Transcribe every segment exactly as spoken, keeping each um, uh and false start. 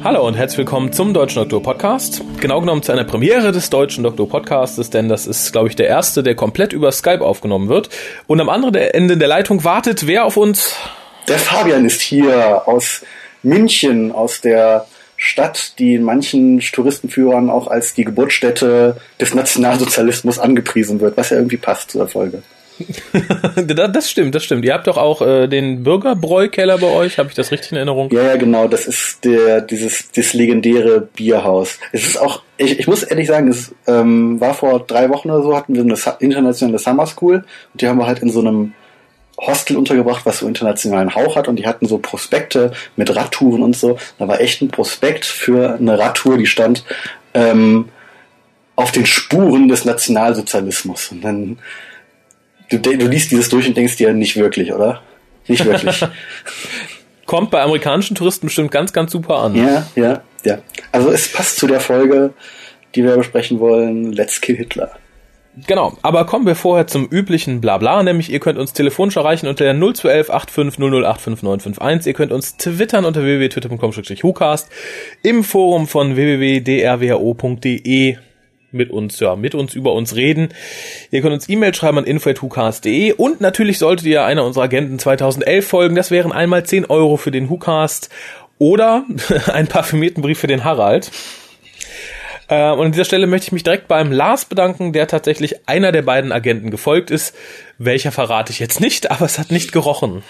Hallo und herzlich willkommen zum Deutschen Doktor Podcast. Genau genommen zu einer Premiere des Deutschen Doktor Podcastes, denn das ist, glaube ich, der erste, der komplett über Skype aufgenommen wird. Und am anderen Ende der Leitung wartet wer auf uns? Der Fabian ist hier aus München, aus der Stadt, die in manchen Touristenführern auch als die Geburtsstätte des Nationalsozialismus angepriesen wird, was ja irgendwie passt zur Folge. Das stimmt, das stimmt. Ihr habt doch auch äh, den Bürgerbräukeller bei euch, habe ich das richtig in Erinnerung? Ja, ja, genau, das ist der dieses das legendäre Bierhaus. Es ist auch, ich, ich muss ehrlich sagen, es ähm, war vor drei Wochen oder so, hatten wir eine internationale Summer School und die haben wir halt in so einem Hostel untergebracht, was so internationalen Hauch hat, und die hatten so Prospekte mit Radtouren und so. Da war echt ein Prospekt für eine Radtour, die stand ähm, auf den Spuren des Nationalsozialismus. Und dann Du, du liest dieses durch und denkst dir, nicht wirklich, oder? Nicht wirklich. Kommt bei amerikanischen Touristen bestimmt ganz, ganz super an. Ja, ja, ja. Also es passt zu der Folge, die wir besprechen wollen, Let's Kill Hitler. Genau, aber kommen wir vorher zum üblichen Blabla, nämlich ihr könnt uns telefonisch erreichen unter der null zwei eins acht fünf null null acht fünf neun fünf eins, ihr könnt uns twittern unter w w w punkt twitter punkt com slash hucast, im Forum von w w w punkt d r w h o punkt d e mit uns, ja, mit uns über uns reden. Ihr könnt uns E-Mail schreiben an info at hucast punkt d e und natürlich solltet ihr einer unserer Agenten zweitausendelf folgen. Das wären einmal zehn Euro für den Hucast oder einen parfümierten Brief für den Harald. Äh, und an dieser Stelle möchte ich mich direkt beim Lars bedanken, der tatsächlich einer der beiden Agenten gefolgt ist. Welcher verrate ich jetzt nicht, aber es hat nicht gerochen.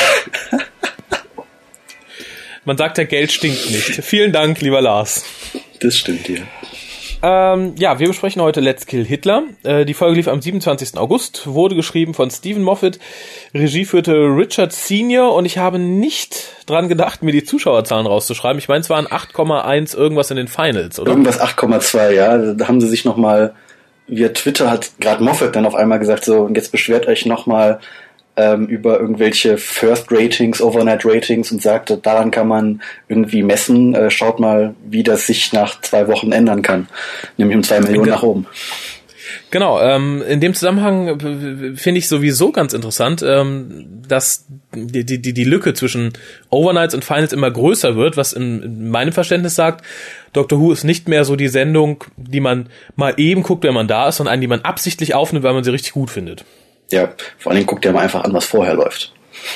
Man sagt ja, Geld stinkt nicht. Vielen Dank, lieber Lars. Das stimmt, ja. Ähm, ja, wir besprechen heute Let's Kill Hitler. Äh, die Folge lief am siebenundzwanzigsten August, wurde geschrieben von Stephen Moffat, Regie führte Richard Senior und ich habe nicht dran gedacht, mir die Zuschauerzahlen rauszuschreiben. Ich meine, es waren acht Komma eins irgendwas in den Finals, oder? Irgendwas acht Komma zwei, ja. Da haben sie sich nochmal, via Twitter hat gerade Moffat dann auf einmal gesagt, so, und jetzt beschwert euch nochmal ähm, über irgendwelche First-Ratings, Overnight-Ratings und sagte, daran kann man irgendwie messen, äh, schaut mal, wie das sich nach zwei Wochen ändern kann. Nämlich um zwei Millionen nach oben. Genau, ähm, in dem Zusammenhang finde ich sowieso ganz interessant, ähm, dass die, die, die Lücke zwischen Overnights und Finals immer größer wird, was in, in meinem Verständnis sagt, Doctor Who ist nicht mehr so die Sendung, die man mal eben guckt, wenn man da ist, sondern eine, die man absichtlich aufnimmt, weil man sie richtig gut findet. Ja, vor allen Dingen guckt ihr mal einfach an, was vorher läuft.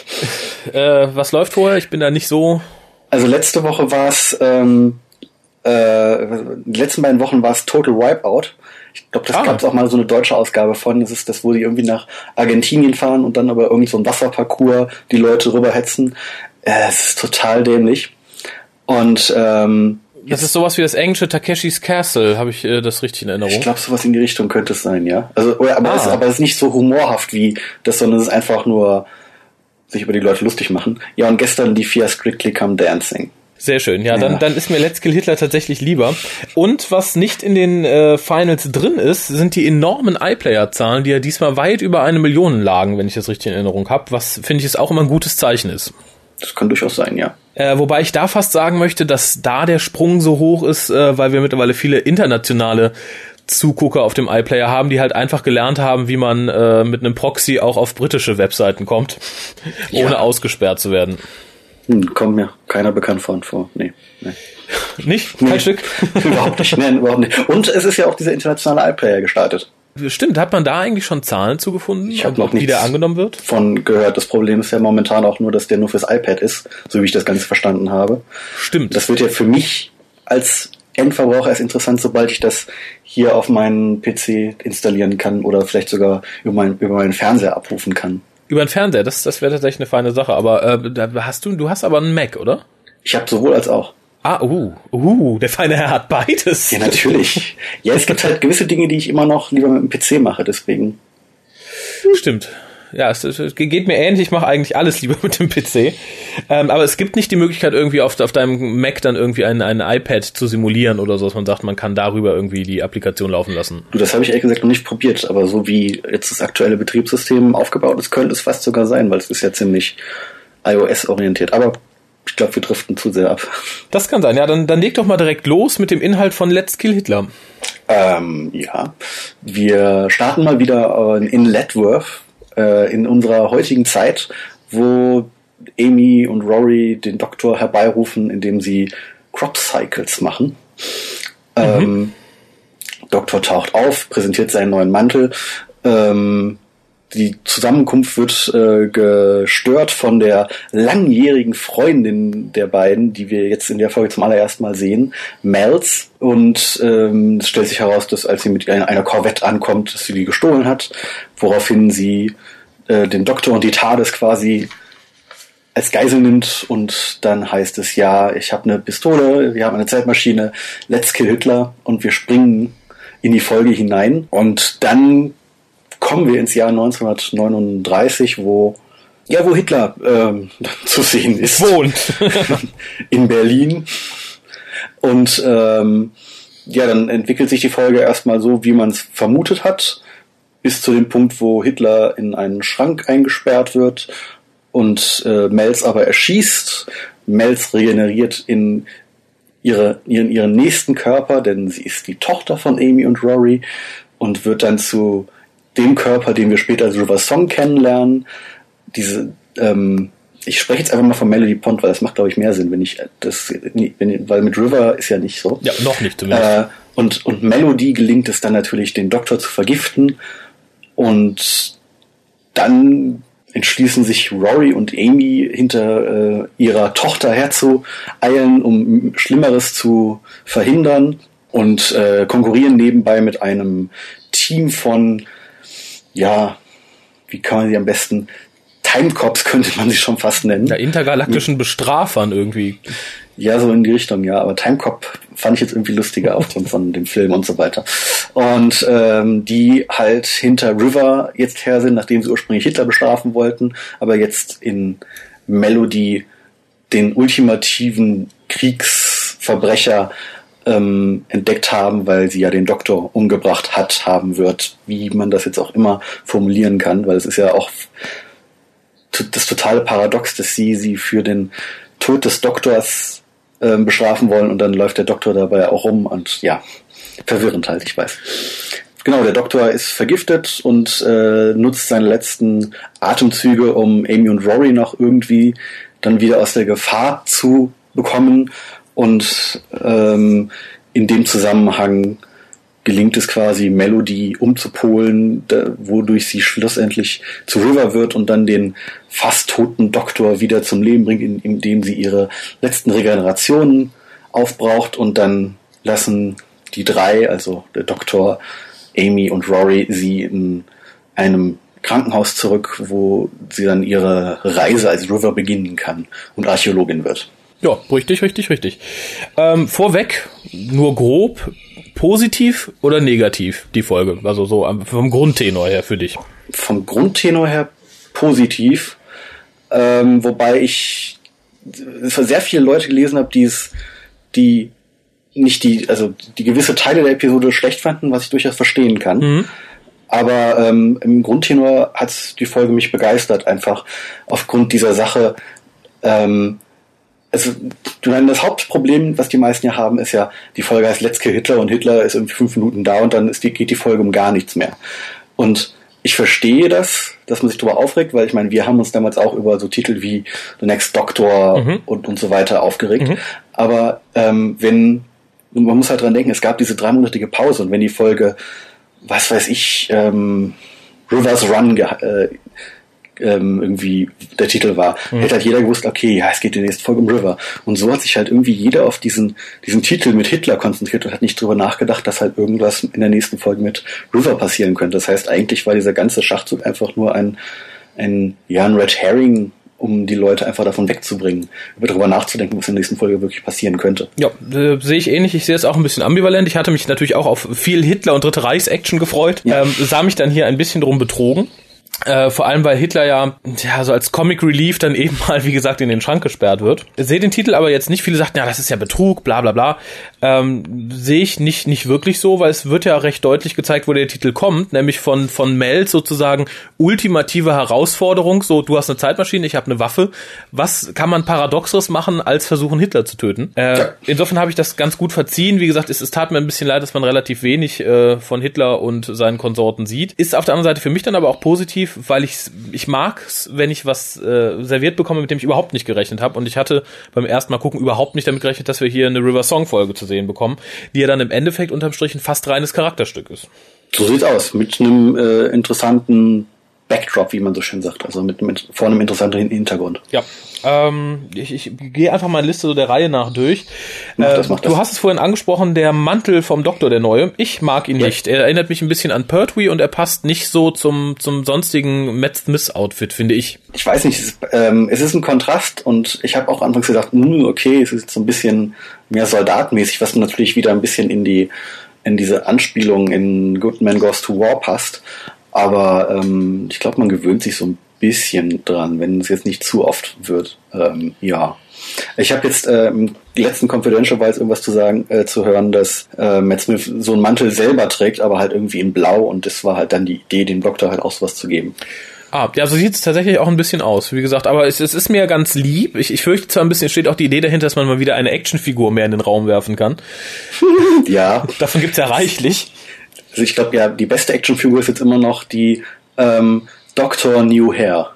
äh, was läuft vorher? Ich bin da nicht so... Also letzte Woche war es, ähm, äh, die letzten beiden Wochen war es Total Wipeout. Ich glaube, das ah. gab es auch mal so eine deutsche Ausgabe von. Das ist das, wo die irgendwie nach Argentinien fahren und dann aber irgend so ein Wasserparcours die Leute rüberhetzen. Äh, es ist total dämlich. Und ähm, das ist sowas wie das englische Takeshis Castle, habe ich äh, das richtig in Erinnerung? Ich glaube, sowas in die Richtung könnte es sein, ja. Also, aber, ah. es, aber es ist nicht so humorhaft wie das, sondern es ist einfach nur sich über die Leute lustig machen. Ja, und gestern lief ja Strictly Come Dancing. Sehr schön, ja, ja. Dann, dann ist mir Let's Kill Hitler tatsächlich lieber. Und was nicht in den äh, Finals drin ist, sind die enormen iPlayer-Zahlen, die ja diesmal weit über eine Million lagen, wenn ich das richtig in Erinnerung habe, was, finde ich, ist auch immer ein gutes Zeichen ist. Das kann durchaus sein, ja. Äh, wobei ich da fast sagen möchte, dass da der Sprung so hoch ist, äh, weil wir mittlerweile viele internationale Zugucker auf dem iPlayer haben, die halt einfach gelernt haben, wie man äh, mit einem Proxy auch auf britische Webseiten kommt, ja. ohne ausgesperrt zu werden. Hm, kommt mir keiner bekannt von vor. Nee. nee. Nicht? Kein nee. Stück? Überhaupt nicht, nein, überhaupt nicht. Und es ist ja auch dieser internationale iPlayer gestartet. Stimmt, hat man da eigentlich schon Zahlen zugefunden, ich hab noch nichts wie der angenommen wird? Von gehört. Das Problem ist ja momentan auch nur, dass der nur fürs iPad ist, so wie ich das Ganze verstanden habe. Stimmt. Das wird ja für mich als Endverbraucher erst interessant, sobald ich das hier auf meinen P C installieren kann oder vielleicht sogar über, mein, über meinen Fernseher abrufen kann. Über den Fernseher, das, das wäre tatsächlich eine feine Sache. Aber äh, da hast du, du hast aber einen Mac, oder? Ich habe sowohl als auch. Ah, uh, uh, der feine Herr hat beides. Ja, natürlich. Ja, es gibt halt gewisse Dinge, die ich immer noch lieber mit dem P C mache, deswegen. Stimmt. Ja, es, es geht mir ähnlich, ich mache eigentlich alles lieber mit dem P C. Ähm, aber es gibt nicht die Möglichkeit, irgendwie auf, auf deinem Mac dann irgendwie ein, ein iPad zu simulieren oder so, dass man sagt, man kann darüber irgendwie die Applikation laufen lassen. Du, das habe ich ehrlich gesagt noch nicht probiert, aber so wie jetzt das aktuelle Betriebssystem aufgebaut ist, könnte es fast sogar sein, weil es ist ja ziemlich iOS-orientiert. Aber ich glaube, wir driften zu sehr ab. Das kann sein, ja, dann, dann leg doch mal direkt los mit dem Inhalt von Let's Kill Hitler. Ähm, ja, wir starten mal wieder in Letworth, äh, in unserer heutigen Zeit, wo Amy und Rory den Doktor herbeirufen, indem sie Crop Cycles machen. Mhm. Ähm, Doktor taucht auf, präsentiert seinen neuen Mantel. Ähm, die Zusammenkunft wird äh, gestört von der langjährigen Freundin der beiden, die wir jetzt in der Folge zum allerersten Mal sehen, Mels. Und ähm, es stellt sich heraus, dass als sie mit einer, einer Corvette ankommt, dass sie die gestohlen hat, woraufhin sie äh, den Doktor und die TARDIS quasi als Geisel nimmt. Und dann heißt es, ja, ich habe eine Pistole, wir haben eine Zeitmaschine, let's kill Hitler, und wir springen in die Folge hinein. Und dann kommen wir ins Jahr neunzehnhundertneununddreißig, wo ja, wo Hitler ähm, zu sehen ist. Wohnt. In Berlin. Und ähm, ja, dann entwickelt sich die Folge erstmal so, wie man es vermutet hat, bis zu dem Punkt, wo Hitler in einen Schrank eingesperrt wird und äh, Mels aber erschießt. Mels regeneriert in ihre, ihren, ihren nächsten Körper, denn sie ist die Tochter von Amy und Rory, und wird dann zu dem Körper, den wir später als River Song kennenlernen. Diese, ähm, ich spreche jetzt einfach mal von Melody Pond, weil das macht, glaube ich, mehr Sinn, wenn ich das, wenn, weil mit River ist ja nicht so. Ja, noch nicht zumindest. Äh, und, und Melody gelingt es dann natürlich, den Doktor zu vergiften, und dann entschließen sich Rory und Amy hinter äh, ihrer Tochter herzueilen, um Schlimmeres zu verhindern, und äh, konkurrieren nebenbei mit einem Team von, ja, wie kann man sie am besten, Timecops könnte man sie schon fast nennen. Ja, intergalaktischen Bestrafern irgendwie. Ja, so in die Richtung, ja. Aber Timecop fand ich jetzt irgendwie lustiger aufgrund von dem Film und so weiter. Und ähm, die halt hinter River jetzt her sind, nachdem sie ursprünglich Hitler bestrafen wollten, aber jetzt in Melody den ultimativen Kriegsverbrecher ähm, entdeckt haben, weil sie ja den Doktor umgebracht hat, haben wird, wie man das jetzt auch immer formulieren kann, weil es ist ja auch das totale Paradox, dass sie sie für den Tod des Doktors äh, bestrafen wollen, und dann läuft der Doktor dabei auch rum, und ja, verwirrend halt, ich weiß. Genau, der Doktor ist vergiftet und äh, nutzt seine letzten Atemzüge, um Amy und Rory noch irgendwie dann wieder aus der Gefahr zu bekommen, und ähm, in dem Zusammenhang gelingt es quasi, Melody umzupolen, da, wodurch sie schlussendlich zu River wird und dann den fast toten Doktor wieder zum Leben bringt, in, indem sie ihre letzten Regenerationen aufbraucht, und dann lassen die drei, also der Doktor, Amy und Rory, sie in einem Krankenhaus zurück, wo sie dann ihre Reise als River beginnen kann und Archäologin wird. Ja, richtig, richtig, richtig. Ähm, vorweg, nur grob, positiv oder negativ, die Folge? Also so vom Grundtenor her für dich. Vom Grundtenor her positiv, ähm, wobei ich sehr viele Leute gelesen habe, die es, die nicht die, also die gewisse Teile der Episode schlecht fanden, was ich durchaus verstehen kann. Mhm. Aber ähm, im Grundtenor hat die Folge mich begeistert, einfach aufgrund dieser Sache. Ähm, also, du meinst, das Hauptproblem, was die meisten ja haben, ist ja, die Folge heißt Let's Kill Hitler, und Hitler ist irgendwie fünf Minuten da, und dann ist die, geht die Folge um gar nichts mehr. Und ich verstehe das, dass man sich darüber aufregt, weil ich meine, wir haben uns damals auch über so Titel wie The Next Doctor mhm. und, und so weiter aufgeregt. Mhm. Aber ähm, wenn, man muss halt dran denken, es gab diese dreimonatige Pause, und wenn die Folge, was weiß ich, ähm, Rivers Run ge- äh, ähm, irgendwie der Titel war, mhm. hätte halt jeder gewusst, okay, ja, es geht in der nächsten Folge um River. Und so hat sich halt irgendwie jeder auf diesen diesen Titel mit Hitler konzentriert und hat nicht drüber nachgedacht, dass halt irgendwas in der nächsten Folge mit River passieren könnte. Das heißt, eigentlich war dieser ganze Schachzug einfach nur ein, ein, ja, ein Red Herring, um die Leute einfach davon wegzubringen, über darüber nachzudenken, was in der nächsten Folge wirklich passieren könnte. Ja, äh, sehe ich ähnlich. Ich sehe es auch ein bisschen ambivalent. Ich hatte mich natürlich auch auf viel Hitler- und Dritte Reichs-Action gefreut, ja. ähm, sah mich dann hier ein bisschen drum betrogen. Äh, vor allem, weil Hitler ja, ja so als Comic Relief dann eben mal, wie gesagt, in den Schrank gesperrt wird. Sehe den Titel aber jetzt nicht. Viele sagten, ja, das ist ja Betrug, bla bla bla. Ähm, sehe ich nicht nicht wirklich so, weil es wird ja recht deutlich gezeigt, wo der Titel kommt, nämlich von von Mel sozusagen ultimative Herausforderung. So, du hast eine Zeitmaschine, ich habe eine Waffe. Was kann man Paradoxes machen, als versuchen, Hitler zu töten? Äh, ja. Insofern habe ich das ganz gut verziehen. Wie gesagt, es, es tat mir ein bisschen leid, dass man relativ wenig äh, von Hitler und seinen Konsorten sieht. Ist auf der anderen Seite für mich dann aber auch positiv, positiv, weil ich ich mag's, wenn ich was äh, serviert bekomme, mit dem ich überhaupt nicht gerechnet habe. Und ich hatte beim ersten Mal gucken überhaupt nicht damit gerechnet, dass wir hier eine River Song Folge zu sehen bekommen, die ja dann im Endeffekt unterm Strich ein fast reines Charakterstück ist. So sieht's aus, mit einem äh, interessanten Backdrop, wie man so schön sagt, also mit, mit vor einem interessanten Hintergrund. Ja, ähm, ich, ich gehe einfach meine Liste so der Reihe nach durch. Mach äh, das, mach das. Du hast es vorhin angesprochen, der Mantel vom Doktor, der neue. Ich mag ihn ja. nicht. Er erinnert mich ein bisschen an Pertwee und er passt nicht so zum zum sonstigen Matt Smith Outfit, finde ich. Ich weiß nicht, es ist, ähm, es ist ein Kontrast und ich habe auch anfangs gedacht, mh, okay, es ist so ein bisschen mehr soldatmäßig, was natürlich wieder ein bisschen in die in diese Anspielung in Good Man Goes to War passt. Aber ähm, ich glaube, man gewöhnt sich so ein bisschen dran, wenn es jetzt nicht zu oft wird. Ähm, ja. Ich habe jetzt äh, im letzten Confidential war jetzt irgendwas zu sagen, äh, zu hören, dass äh, Matt Smith so einen Mantel selber trägt, aber halt irgendwie in Blau und das war halt dann die Idee, dem Doktor halt auch sowas zu geben. Ah, ja, so sieht es tatsächlich auch ein bisschen aus, wie gesagt, aber es, es ist mir ganz lieb. Ich, ich fürchte zwar ein bisschen, steht auch die Idee dahinter, dass man mal wieder eine Actionfigur mehr in den Raum werfen kann. Ja. Davon gibt's ja reichlich. Also ich glaube ja, die beste Actionfigur ist jetzt immer noch die ähm, Doktor New Hair.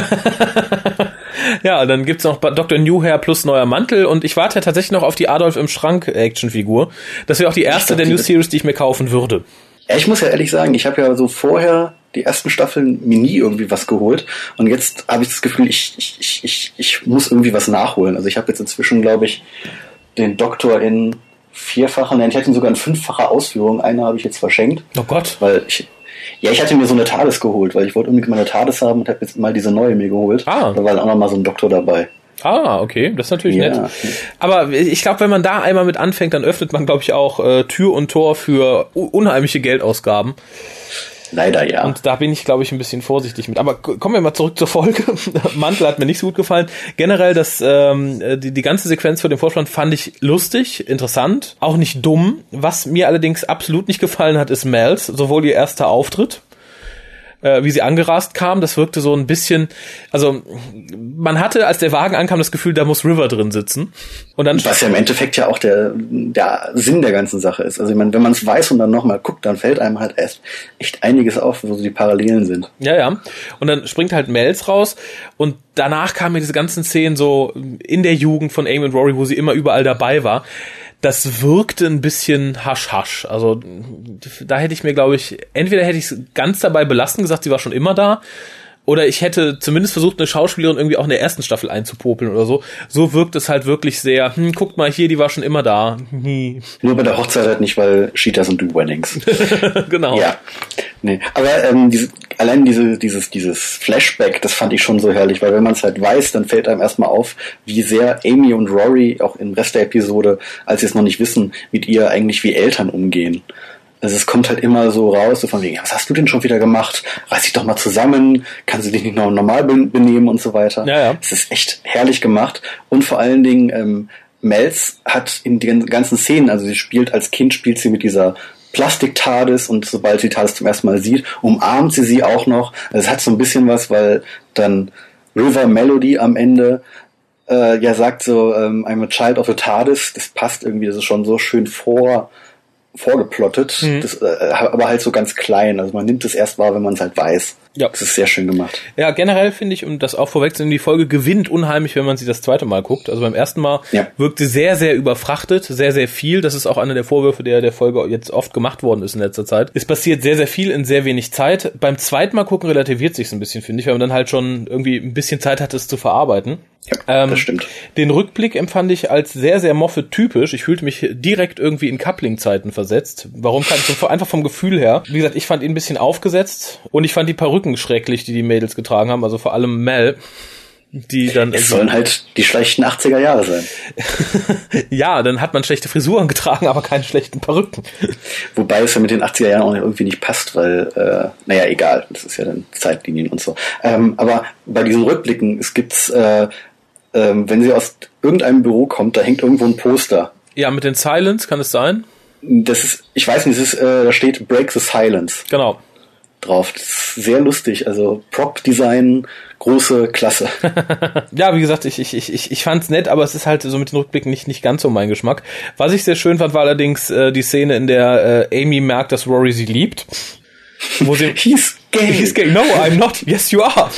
Ja, dann gibt's noch Doktor New Hair plus neuer Mantel und ich warte ja tatsächlich noch auf die Adolf im Schrank Actionfigur. Das wäre auch die erste glaub, der New Series, die ich mir kaufen würde. Ja, ich muss ja ehrlich sagen, ich habe ja so vorher die ersten Staffeln mir nie irgendwie was geholt und jetzt habe ich das Gefühl, ich, ich, ich, ich, ich muss irgendwie was nachholen. Also ich habe jetzt inzwischen, glaube ich, den Doktor in vierfacher, nein, ich hatte ihn sogar in fünffacher Ausführung. Eine habe ich jetzt verschenkt. Oh Gott. Weil ich, ja, ich hatte mir so eine TARDIS geholt, weil ich wollte unbedingt mal eine TARDIS haben und habe jetzt mal diese neue mir geholt. Ah. Da war auch noch mal so ein Doktor dabei. Ah, okay, das ist natürlich ja. nett. Aber ich glaube, wenn man da einmal mit anfängt, dann öffnet man, glaube ich, auch äh, Tür und Tor für unheimliche Geldausgaben. Leider ja. Und da bin ich, glaube ich, ein bisschen vorsichtig mit. Aber kommen wir mal zurück zur Folge. Mantel hat mir nicht so gut gefallen. Generell, das, ähm, die, die ganze Sequenz vor dem Vorspann fand ich lustig, interessant, auch nicht dumm. Was mir allerdings absolut nicht gefallen hat, ist Mels, sowohl ihr erster Auftritt, äh, wie sie angerast kam, das wirkte so ein bisschen, also man hatte, als der Wagen ankam, das Gefühl, da muss River drin sitzen. Und dann was ja im Endeffekt ja auch der, der Sinn der ganzen Sache ist. Also ich meine, wenn man es weiß und dann nochmal guckt, dann fällt einem halt erst echt einiges auf, wo so die Parallelen sind. Ja, ja. Und dann springt halt Mels raus und danach kamen mir diese ganzen Szenen so in der Jugend von Amy und Rory, wo sie immer überall dabei war. Das wirkte ein bisschen hasch-hasch. Also da hätte ich mir, glaube ich, entweder hätte ich es ganz dabei belassen, gesagt, sie war schon immer da, oder ich hätte zumindest versucht, eine Schauspielerin irgendwie auch in der ersten Staffel einzupopeln oder so. So wirkt es halt wirklich sehr, hm, guckt mal hier, die war schon immer da. Hm. Nur bei der Hochzeit halt nicht, weil she doesn't do weddings. Genau. Ja. Nee. Aber ähm, diese, allein diese, dieses, dieses Flashback, das fand ich schon so herrlich, weil wenn man es halt weiß, dann fällt einem erstmal auf, wie sehr Amy und Rory auch im Rest der Episode, als sie es noch nicht wissen, mit ihr eigentlich wie Eltern umgehen. Also es kommt halt immer so raus, so von wegen, ja, was hast du denn schon wieder gemacht? Reiß dich doch mal zusammen, kannst du dich nicht noch normal benehmen und so weiter. Ja, ja. Es ist echt herrlich gemacht und vor allen Dingen, ähm, Mels hat in den ganzen Szenen, also sie spielt als Kind, spielt sie mit dieser Plastik-TARDIS und sobald sie TARDIS zum ersten Mal sieht, umarmt sie sie auch noch. Also es hat so ein bisschen was, weil dann River Melody am Ende äh, ja sagt so, ähm, I'm a child of a TARDIS, das passt irgendwie, das ist schon so schön vor vorgeplottet, mhm. das, äh, aber halt so ganz klein. Also man nimmt es erst wahr, wenn man es halt weiß. Ja. Das ist sehr schön gemacht. Ja, generell finde ich, um das auch vorwegzunehmen, die Folge gewinnt unheimlich, wenn man sie das zweite Mal guckt. Also beim ersten Mal ja. wirkt sie sehr, sehr überfrachtet, sehr, sehr viel. Das ist auch einer der Vorwürfe, der der Folge jetzt oft gemacht worden ist in letzter Zeit. Es passiert sehr, sehr viel in sehr wenig Zeit. Beim zweiten Mal gucken relativiert sich ein bisschen, finde ich, weil man dann halt schon irgendwie ein bisschen Zeit hat, es zu verarbeiten. Ja, ähm, das stimmt. Den Rückblick empfand ich als sehr, sehr Moffat-typisch. Ich fühlte mich direkt irgendwie in Coupling-Zeiten versetzt. Warum kann ich so einfach vom Gefühl her? Wie gesagt, ich fand ihn ein bisschen aufgesetzt und ich fand die Perücken schrecklich, die die Mädels getragen haben. Also vor allem Mel, die dann... Es sollen halt die schlechten achtziger Jahre sein. Ja, dann hat man schlechte Frisuren getragen, aber keine schlechten Perücken. Wobei es ja mit den achtziger Jahren auch irgendwie nicht passt, weil, äh, naja, egal. Das ist ja dann Zeitlinien und so. Ähm, aber bei diesen Rückblicken, es gibt's... Äh, wenn sie aus irgendeinem Büro kommt, da hängt irgendwo ein Poster. Ja, mit den Silence, kann es sein? Das ist, ich weiß nicht, das ist, äh, da steht Break the Silence. Genau. Drauf. Das ist sehr lustig. Also Prop-Design, große Klasse. Ja, wie gesagt, ich, ich, ich, ich fand's nett, aber es ist halt so mit den Rückblicken nicht, nicht ganz so mein Geschmack. Was ich sehr schön fand, war allerdings äh, die Szene, in der äh, Amy merkt, dass Rory sie liebt. Wo sie hieß gay. He's gay. No, I'm not. Yes, you are.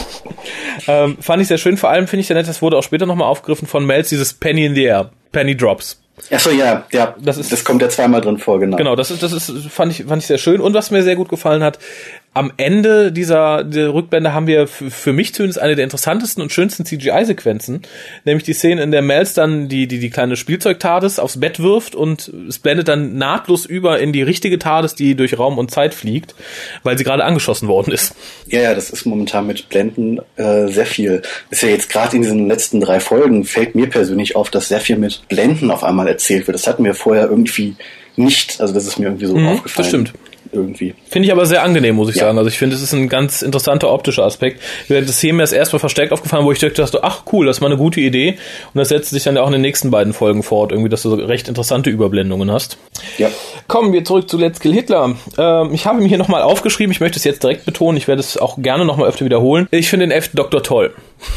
ähm, fand ich sehr schön. Vor allem finde ich sehr nett, das wurde auch später nochmal aufgegriffen von Melz, dieses Penny in the Air. Penny Drops. Ach so, ja, ja. Das ist, das kommt ja zweimal drin vor, genau. Genau, das ist, das ist, fand ich, fand ich sehr schön. Und was mir sehr gut gefallen hat, am Ende dieser, dieser Rückblende haben wir f- für mich zumindest eine der interessantesten und schönsten C G I-Sequenzen, nämlich die Szene, in der Melz dann die, die, die kleine Spielzeug-TARDIS aufs Bett wirft und es blendet dann nahtlos über in die richtige TARDIS, die durch Raum und Zeit fliegt, weil sie gerade angeschossen worden ist. Ja, ja, das ist momentan mit Blenden äh, sehr viel. Ist ja jetzt gerade in diesen letzten drei Folgen fällt mir persönlich auf, dass sehr viel mit Blenden auf einmal erzählt wird. Das hatten wir vorher irgendwie nicht, also das ist mir irgendwie so mhm, aufgefallen. Das stimmt. Irgendwie. Finde ich aber sehr angenehm, muss ich ja. sagen. Also ich finde, es ist ein ganz interessanter optischer Aspekt. Das hier mir das erstmal verstärkt aufgefallen, wo ich dachte, ach cool, das ist mal eine gute Idee. Und das setzt sich dann ja auch in den nächsten beiden Folgen fort, irgendwie, dass du so recht interessante Überblendungen hast. Ja. Kommen wir zurück zu Let's Kill Hitler. Ähm, ich habe mir hier nochmal aufgeschrieben, ich möchte es jetzt direkt betonen, ich werde es auch gerne nochmal öfter wiederholen. Ich finde den elften Doktor toll.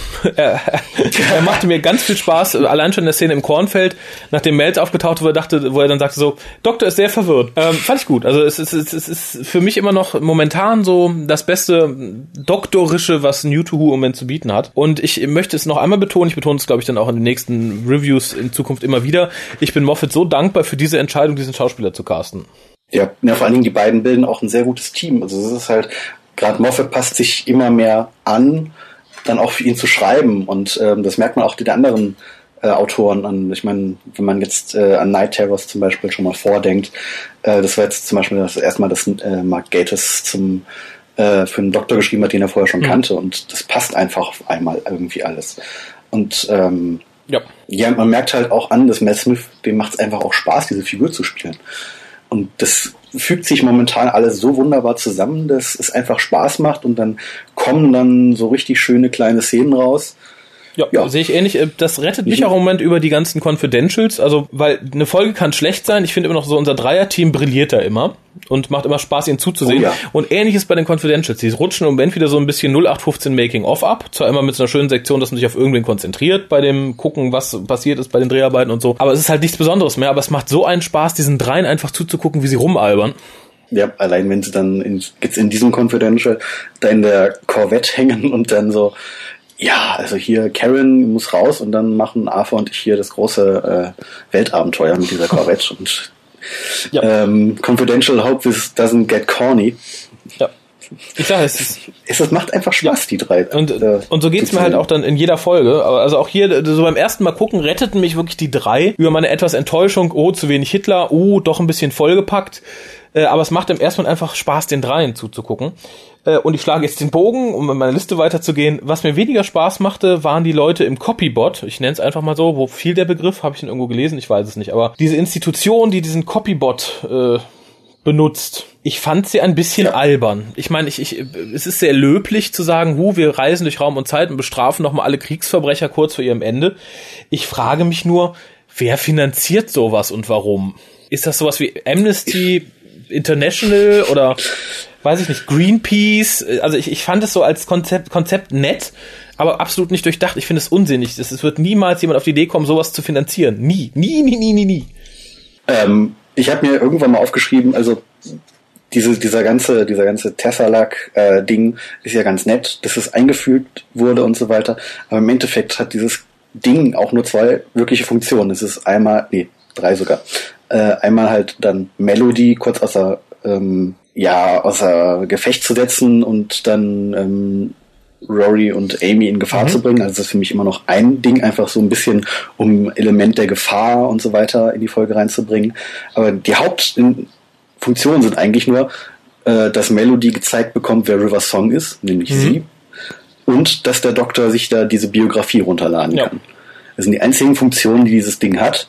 er, er machte mir ganz viel Spaß, allein schon in der Szene im Kornfeld, nachdem Melz aufgetaucht wurde, dachte, wo er dann sagte so, Doktor ist sehr verwirrt. Ähm, fand ich gut. Also es ist, es, ist, es ist für mich immer noch momentan so das beste Doktorische, was New to Who im Moment zu bieten hat. Und ich möchte es noch einmal betonen, ich betone es, glaube ich, dann auch in den nächsten Reviews in Zukunft immer wieder, ich bin Moffat so dankbar für diese Entscheidung, diesen Schauspieler zu casten. Ja, ja, vor allen Dingen die beiden bilden auch ein sehr gutes Team. Also es ist halt, gerade Moffat passt sich immer mehr an, dann auch für ihn zu schreiben. Und ähm, das merkt man auch den anderen äh, Autoren an. Ich meine, wenn man jetzt äh, an Night Terrors zum Beispiel schon mal vordenkt, äh, das war jetzt zum Beispiel das erste Mal, dass äh, Mark Gatiss zum äh, für einen Doktor geschrieben hat, den er vorher schon mhm. kannte. Und das passt einfach auf einmal irgendwie alles. Und ähm, ja. ja, man merkt halt auch an, dass Matt Smith, dem macht es einfach auch Spaß, diese Figur zu spielen. Und das fügt sich momentan alles so wunderbar zusammen, dass es einfach Spaß macht und dann kommen dann so richtig schöne kleine Szenen raus. Ja, ja, sehe ich ähnlich. Das rettet mich auch im Moment über die ganzen Confidentials, also, weil eine Folge kann schlecht sein. Ich finde immer noch so, unser Dreier-Team brilliert da immer und macht immer Spaß, ihnen zuzusehen. Oh, ja. Und ähnliches bei den Confidentials. Die rutschen im Moment wieder so ein bisschen null acht fünfzehn Making-of ab. Zwar immer mit so einer schönen Sektion, dass man sich auf irgendwen konzentriert bei dem Gucken, was passiert ist bei den Dreharbeiten und so. Aber es ist halt nichts Besonderes mehr. Aber es macht so einen Spaß, diesen Dreien einfach zuzugucken, wie sie rumalbern. Ja, allein wenn sie dann in, jetzt in diesem Confidential da in der Corvette hängen und dann so, ja, also hier Karen muss raus und dann machen Arthur und ich hier das große äh, Weltabenteuer mit dieser Corvette und ja. ähm, Confidential Hope this doesn't get corny. Ja. Ich sage es. Ist, es, es macht einfach Spaß, ja. die drei. Und, äh, und so geht's mir halt auch dann in jeder Folge. Also auch hier, so beim ersten Mal gucken, retteten mich wirklich die drei über meine etwas Enttäuschung. Oh, zu wenig Hitler. Oh, doch ein bisschen vollgepackt. Äh, aber es macht im ersten Mal einfach Spaß, den dreien zuzugucken. Äh, und ich schlage jetzt den Bogen, um in meine Liste weiterzugehen. Was mir weniger Spaß machte, waren die Leute im Copybot. Ich nenne es einfach mal so. Wo fiel der Begriff? Habe ich ihn irgendwo gelesen? Ich weiß es nicht. Aber diese Institution, die diesen Copybot äh, benutzt. Ich fand sie ein bisschen ja. albern. Ich meine, ich, ich, es ist sehr löblich zu sagen, hu, wir reisen durch Raum und Zeit und bestrafen nochmal alle Kriegsverbrecher kurz vor ihrem Ende. Ich frage mich nur, wer finanziert sowas und warum? Ist das sowas wie Amnesty International oder, weiß ich nicht, Greenpeace? Also ich, ich fand es so als Konzept, Konzept nett, aber absolut nicht durchdacht. Ich finde es unsinnig. Es wird niemals jemand auf die Idee kommen, sowas zu finanzieren. Nie, nie, nie, nie, nie, nie. Ähm, ich habe mir irgendwann mal aufgeschrieben, also diese, dieser ganze, dieser ganze Tesseract-Ding äh, ist ja ganz nett, dass es eingefügt wurde und so weiter. Aber im Endeffekt hat dieses Ding auch nur zwei wirkliche Funktionen. Es ist einmal, nee, drei sogar. Äh, einmal halt dann Melody kurz außer, ähm, ja, außer Gefecht zu setzen und dann ähm, Rory und Amy in Gefahr mhm. zu bringen. Also das ist für mich immer noch ein Ding, einfach so ein bisschen, um Element der Gefahr und so weiter in die Folge reinzubringen. Aber die Hauptfunktionen sind eigentlich nur, äh, dass Melody gezeigt bekommt, wer River Song ist, nämlich mhm. sie. Und dass der Doktor sich da diese Biografie runterladen ja. kann. Das sind die einzigen Funktionen, die dieses Ding hat.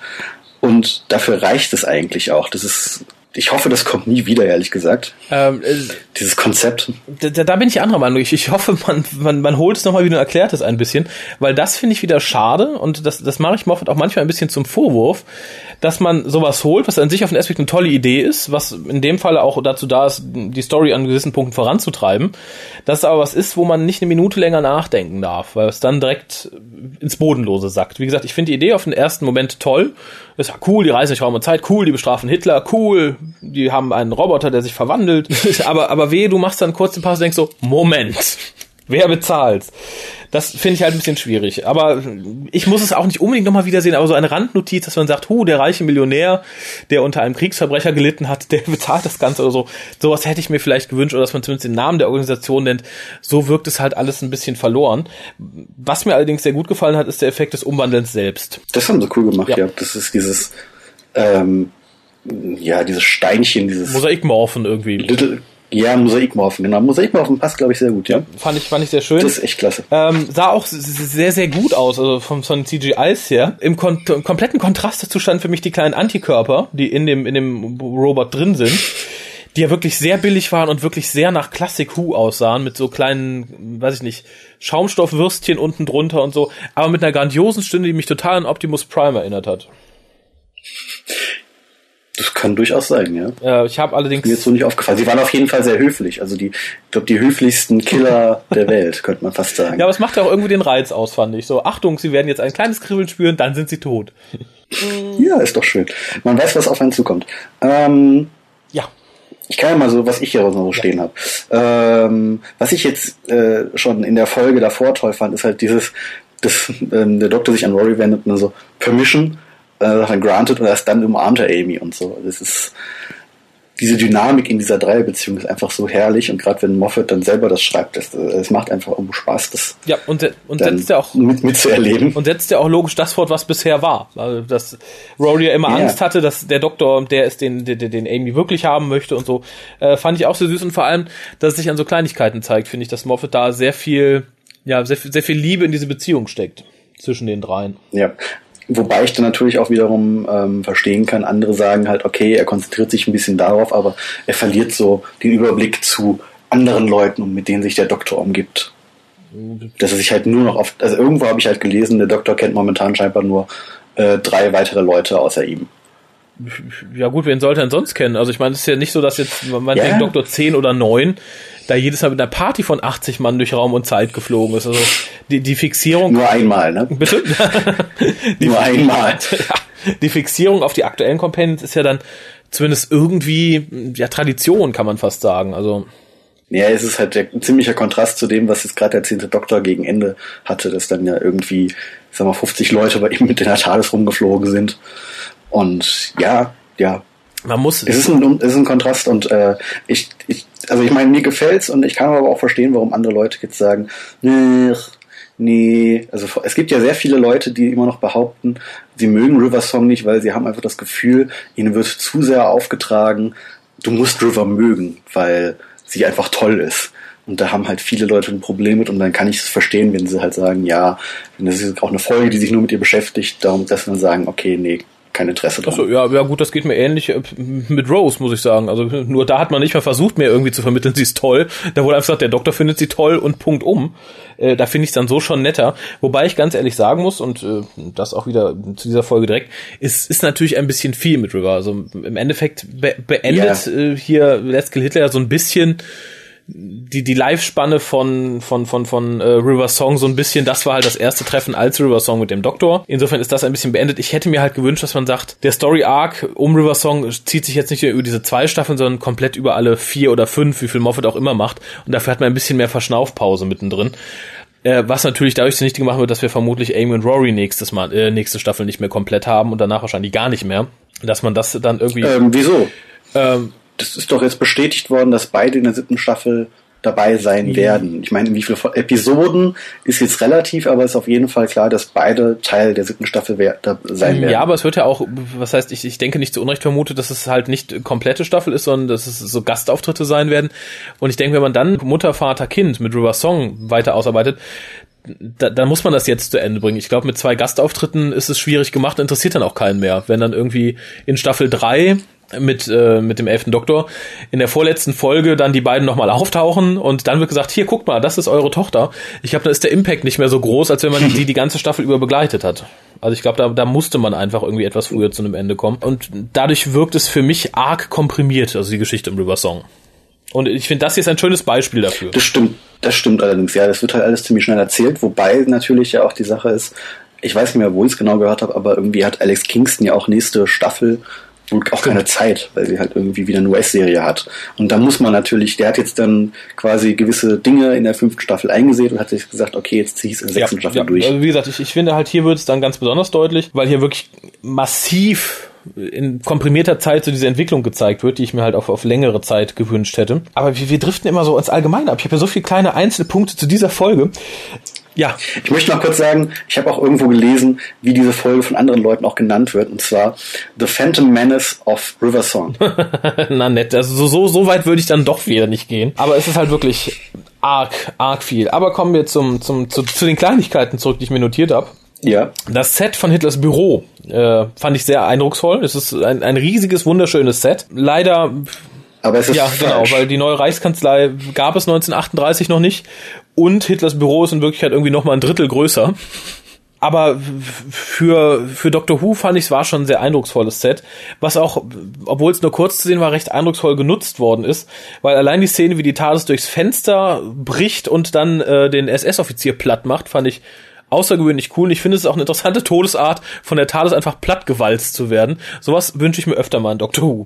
Und dafür reicht es eigentlich auch. Das ist, ich hoffe, das kommt nie wieder, ehrlich gesagt. Ähm, äh, Dieses Konzept. Da, da bin ich anderer Meinung. Ich, ich hoffe, man, man, man holt es nochmal wieder und erklärt es ein bisschen. Weil das finde ich wieder schade. Und das, das mache ich Moffat auch manchmal ein bisschen zum Vorwurf, dass man sowas holt, was an sich auf den Aspekt eine tolle Idee ist, was in dem Fall auch dazu da ist, die Story an gewissen Punkten voranzutreiben. Das ist aber was ist, wo man nicht eine Minute länger nachdenken darf, weil es dann direkt ins Bodenlose sackt. Wie gesagt, ich finde die Idee auf den ersten Moment toll. Ist ja cool, die reisen durch Raum und Zeit, cool, die bestrafen Hitler, cool, die haben einen Roboter, der sich verwandelt, aber, aber wehe, du machst dann kurz eine Pause und denkst so, Moment, wer bezahlt? Das finde ich halt ein bisschen schwierig. Aber ich muss es auch nicht unbedingt nochmal wiedersehen, aber so eine Randnotiz, dass man sagt, hu, der reiche Millionär, der unter einem Kriegsverbrecher gelitten hat, der bezahlt das Ganze oder so. Sowas hätte ich mir vielleicht gewünscht, oder dass man zumindest den Namen der Organisation nennt. So wirkt es halt alles ein bisschen verloren. Was mir allerdings sehr gut gefallen hat, ist der Effekt des Umwandelns selbst. Das haben sie cool gemacht, ja. Ja. Das ist dieses, ähm, ja, dieses Steinchen, dieses Mosaikmorphen irgendwie. Little, ja, Mosaikmorphen, genau. Mosaikmorphen passt, glaube ich, sehr gut, ja. Ja, fand ich, fand ich sehr schön. Das ist echt klasse. Ähm, sah auch sehr, sehr gut aus, also vom, von C G Is her. Im, kon- im kompletten Kontrast dazu standen für mich die kleinen Antikörper, die in dem, in dem Robot drin sind, die ja wirklich sehr billig waren und wirklich sehr nach Classic Who aussahen, mit so kleinen, weiß ich nicht, Schaumstoffwürstchen unten drunter und so, aber mit einer grandiosen Stimme, die mich total an Optimus Prime erinnert hat. Das kann durchaus sein, ja. Äh, ich habe allerdings... Mir jetzt so nicht aufgefallen. Sie waren auf jeden Fall sehr höflich. Also die, ich glaube, die höflichsten Killer der Welt, könnte man fast sagen. Ja, aber es macht ja auch irgendwie den Reiz aus, fand ich. So, Achtung, sie werden jetzt ein kleines Kribbeln spüren, dann sind sie tot. Ja, ist doch schön. Man weiß, was auf einen zukommt. Ähm, Ja. ich kann ja mal so, was ich hier so stehen habe. Ähm, was ich jetzt äh, schon in der Folge davor toll fand, ist halt dieses, dass ähm, der Doktor sich an Rory wendet und so, Permission, äh, granted, und erst dann umarmt er Amy und so. Das ist, diese Dynamik in dieser Dreierbeziehung ist einfach so herrlich, und gerade wenn Moffat dann selber das schreibt, das, das macht einfach irgendwo Spaß, das Ja, und, und dann setzt ja auch mit, mitzuerleben. und setzt ja auch logisch das fort, was bisher war. Also, dass Rory ja immer Ja. Angst hatte, dass der Doktor, der ist, den, den, den Amy wirklich haben möchte und so, äh, fand ich auch sehr süß, und vor allem, dass es sich an so Kleinigkeiten zeigt, finde ich, dass Moffat da sehr viel, ja, sehr, sehr viel Liebe in diese Beziehung steckt zwischen den dreien. Ja. Wobei ich dann natürlich auch wiederum ähm, verstehen kann, andere sagen halt, okay, er konzentriert sich ein bisschen darauf, aber er verliert so den Überblick zu anderen Leuten, und mit denen sich der Doktor umgibt. Dass er sich halt nur noch auf, also irgendwo habe ich halt gelesen, der Doktor kennt momentan scheinbar nur äh, drei weitere Leute außer ihm. Ja gut, wen sollte er denn sonst kennen? Also ich meine, es ist ja nicht so, dass jetzt, man Ja. denkt, Doktor zehn oder neun da jedes Mal mit einer Party von achtzig Mann durch Raum und Zeit geflogen ist. Also die, die Fixierung... Nur einmal, ne? Bitte? die, Nur einmal. Ja, die Fixierung auf die aktuellen Companions ist ja dann zumindest irgendwie, ja, Tradition, kann man fast sagen. Also... Ja, es ist halt der, ein ziemlicher Kontrast zu dem, was jetzt gerade der zehnte Doktor gegen Ende hatte, dass dann ja irgendwie, ich sag mal, fünfzig Leute bei ihm mit in der TARDIS rumgeflogen sind. Und ja, ja. Man muss... Es ist ein, es ist ein Kontrast, und äh, ich, ich, also ich meine, mir gefällt's, und ich kann aber auch verstehen, warum andere Leute jetzt sagen, nee, nee, also es gibt ja sehr viele Leute, die immer noch behaupten, sie mögen River Song nicht, weil sie haben einfach das Gefühl, ihnen wird zu sehr aufgetragen, du musst River mögen, weil sie einfach toll ist. Und da haben halt viele Leute ein Problem mit, und dann kann ich es verstehen, wenn sie halt sagen, ja, das ist auch eine Folge, die sich nur mit ihr beschäftigt, darum, dass sie dann sagen, okay, nee, kein Interesse dran. Achso, ja, ja gut, das geht mir ähnlich äh, mit Rose, muss ich sagen. Also nur da hat man nicht mal versucht, mir irgendwie zu vermitteln, sie ist toll. Da wurde einfach gesagt, der Doktor findet sie toll und Punkt um. Äh, da finde ich es dann so schon netter. Wobei ich ganz ehrlich sagen muss, und äh, das auch wieder zu dieser Folge direkt, ist, ist natürlich ein bisschen viel mit River. Also im Endeffekt be- beendet Ja. äh, hier Let's Kill Hitler so ein bisschen die die Live-Spanne von von von von äh, River Song so ein bisschen. Das war halt das erste Treffen als River Song mit dem Doktor. Insofern ist das ein bisschen beendet. Ich hätte mir halt gewünscht, dass man sagt, der Story Arc um River Song zieht sich jetzt nicht nur über diese zwei Staffeln, sondern komplett über alle vier oder fünf, wie viel Moffat auch immer macht. Und dafür hat man ein bisschen mehr Verschnaufpause mittendrin. Äh, was natürlich dadurch zunichte gemacht wird, dass wir vermutlich Amy und Rory nächstes Mal äh, nächste Staffel nicht mehr komplett haben und danach wahrscheinlich gar nicht mehr. Dass man das dann irgendwie Ähm, wieso? ähm, Das ist doch jetzt bestätigt worden, dass beide in der siebten Staffel dabei sein Ja. werden. Ich meine, in wie viele Episoden ist jetzt relativ, aber ist auf jeden Fall klar, dass beide Teil der siebten Staffel wer- da sein werden. Ja, aber es wird ja auch, was heißt, ich, ich denke nicht zu Unrecht vermutet, dass es halt nicht komplette Staffel ist, sondern dass es so Gastauftritte sein werden. Und ich denke, wenn man dann Mutter, Vater, Kind mit River Song weiter ausarbeitet, da, dann muss man das jetzt zu Ende bringen. Ich glaube, mit zwei Gastauftritten ist es schwierig gemacht, interessiert dann auch keinen mehr. Wenn dann irgendwie in Staffel drei mit äh, mit dem elften Doktor in der vorletzten Folge dann die beiden nochmal auftauchen und dann wird gesagt, hier, guckt mal, das ist eure Tochter. Ich glaube, da ist der Impact nicht mehr so groß, als wenn man die die ganze Staffel über begleitet hat. Also ich glaube, da, da musste man einfach irgendwie etwas früher zu einem Ende kommen. Und dadurch wirkt es für mich arg komprimiert, also die Geschichte im River Song. Und ich finde, das hier ist ein schönes Beispiel dafür. Das stimmt, das stimmt allerdings, ja. Das wird halt alles ziemlich schnell erzählt, wobei natürlich ja auch die Sache ist, ich weiß nicht mehr, wo ich es genau gehört habe, aber irgendwie hat Alex Kingston ja auch nächste Staffel und auch keine Zeit, weil sie halt irgendwie wieder eine U S-Serie hat. Und da muss man natürlich, der hat jetzt dann quasi gewisse Dinge in der fünften Staffel eingesehen und hat sich gesagt, okay, jetzt zieh ich es in der sechsten ja, Staffel ja. durch. Also wie gesagt, ich, ich finde halt, hier wird es dann ganz besonders deutlich, weil hier wirklich massiv in komprimierter Zeit so diese Entwicklung gezeigt wird, die ich mir halt auf, auf längere Zeit gewünscht hätte. Aber wir, wir driften immer so ins Allgemeine ab. Ich habe ja so viele kleine Einzelpunkte zu dieser Folge. Ja. Ich möchte noch kurz sagen, ich habe auch irgendwo gelesen, wie diese Folge von anderen Leuten auch genannt wird, und zwar The Phantom Menace of River Song. Na nett, also so, so, so weit würde ich dann doch wieder nicht gehen. Aber es ist halt wirklich arg, arg viel. Aber kommen wir zum, zum, zu, zu den Kleinigkeiten zurück, die ich mir notiert habe. Ja. Das Set von Hitlers Büro äh, fand ich sehr eindrucksvoll. Es ist ein, ein riesiges, wunderschönes Set. Leider... Aber es ist ja, falsch. Genau, weil die neue Reichskanzlei gab es neunzehnhundertachtunddreißig noch nicht und Hitlers Büro ist in Wirklichkeit irgendwie noch mal ein Drittel größer. Aber für für Doctor Who fand ich, es war schon ein sehr eindrucksvolles Set, was auch, obwohl es nur kurz zu sehen war, recht eindrucksvoll genutzt worden ist, weil allein die Szene, wie die TARDIS durchs Fenster bricht und dann äh, den S S-Offizier platt macht, fand ich außergewöhnlich cool. Und ich finde, es ist auch eine interessante Todesart, von der TARDIS einfach plattgewalzt zu werden. Sowas wünsche ich mir öfter mal in Doctor Who.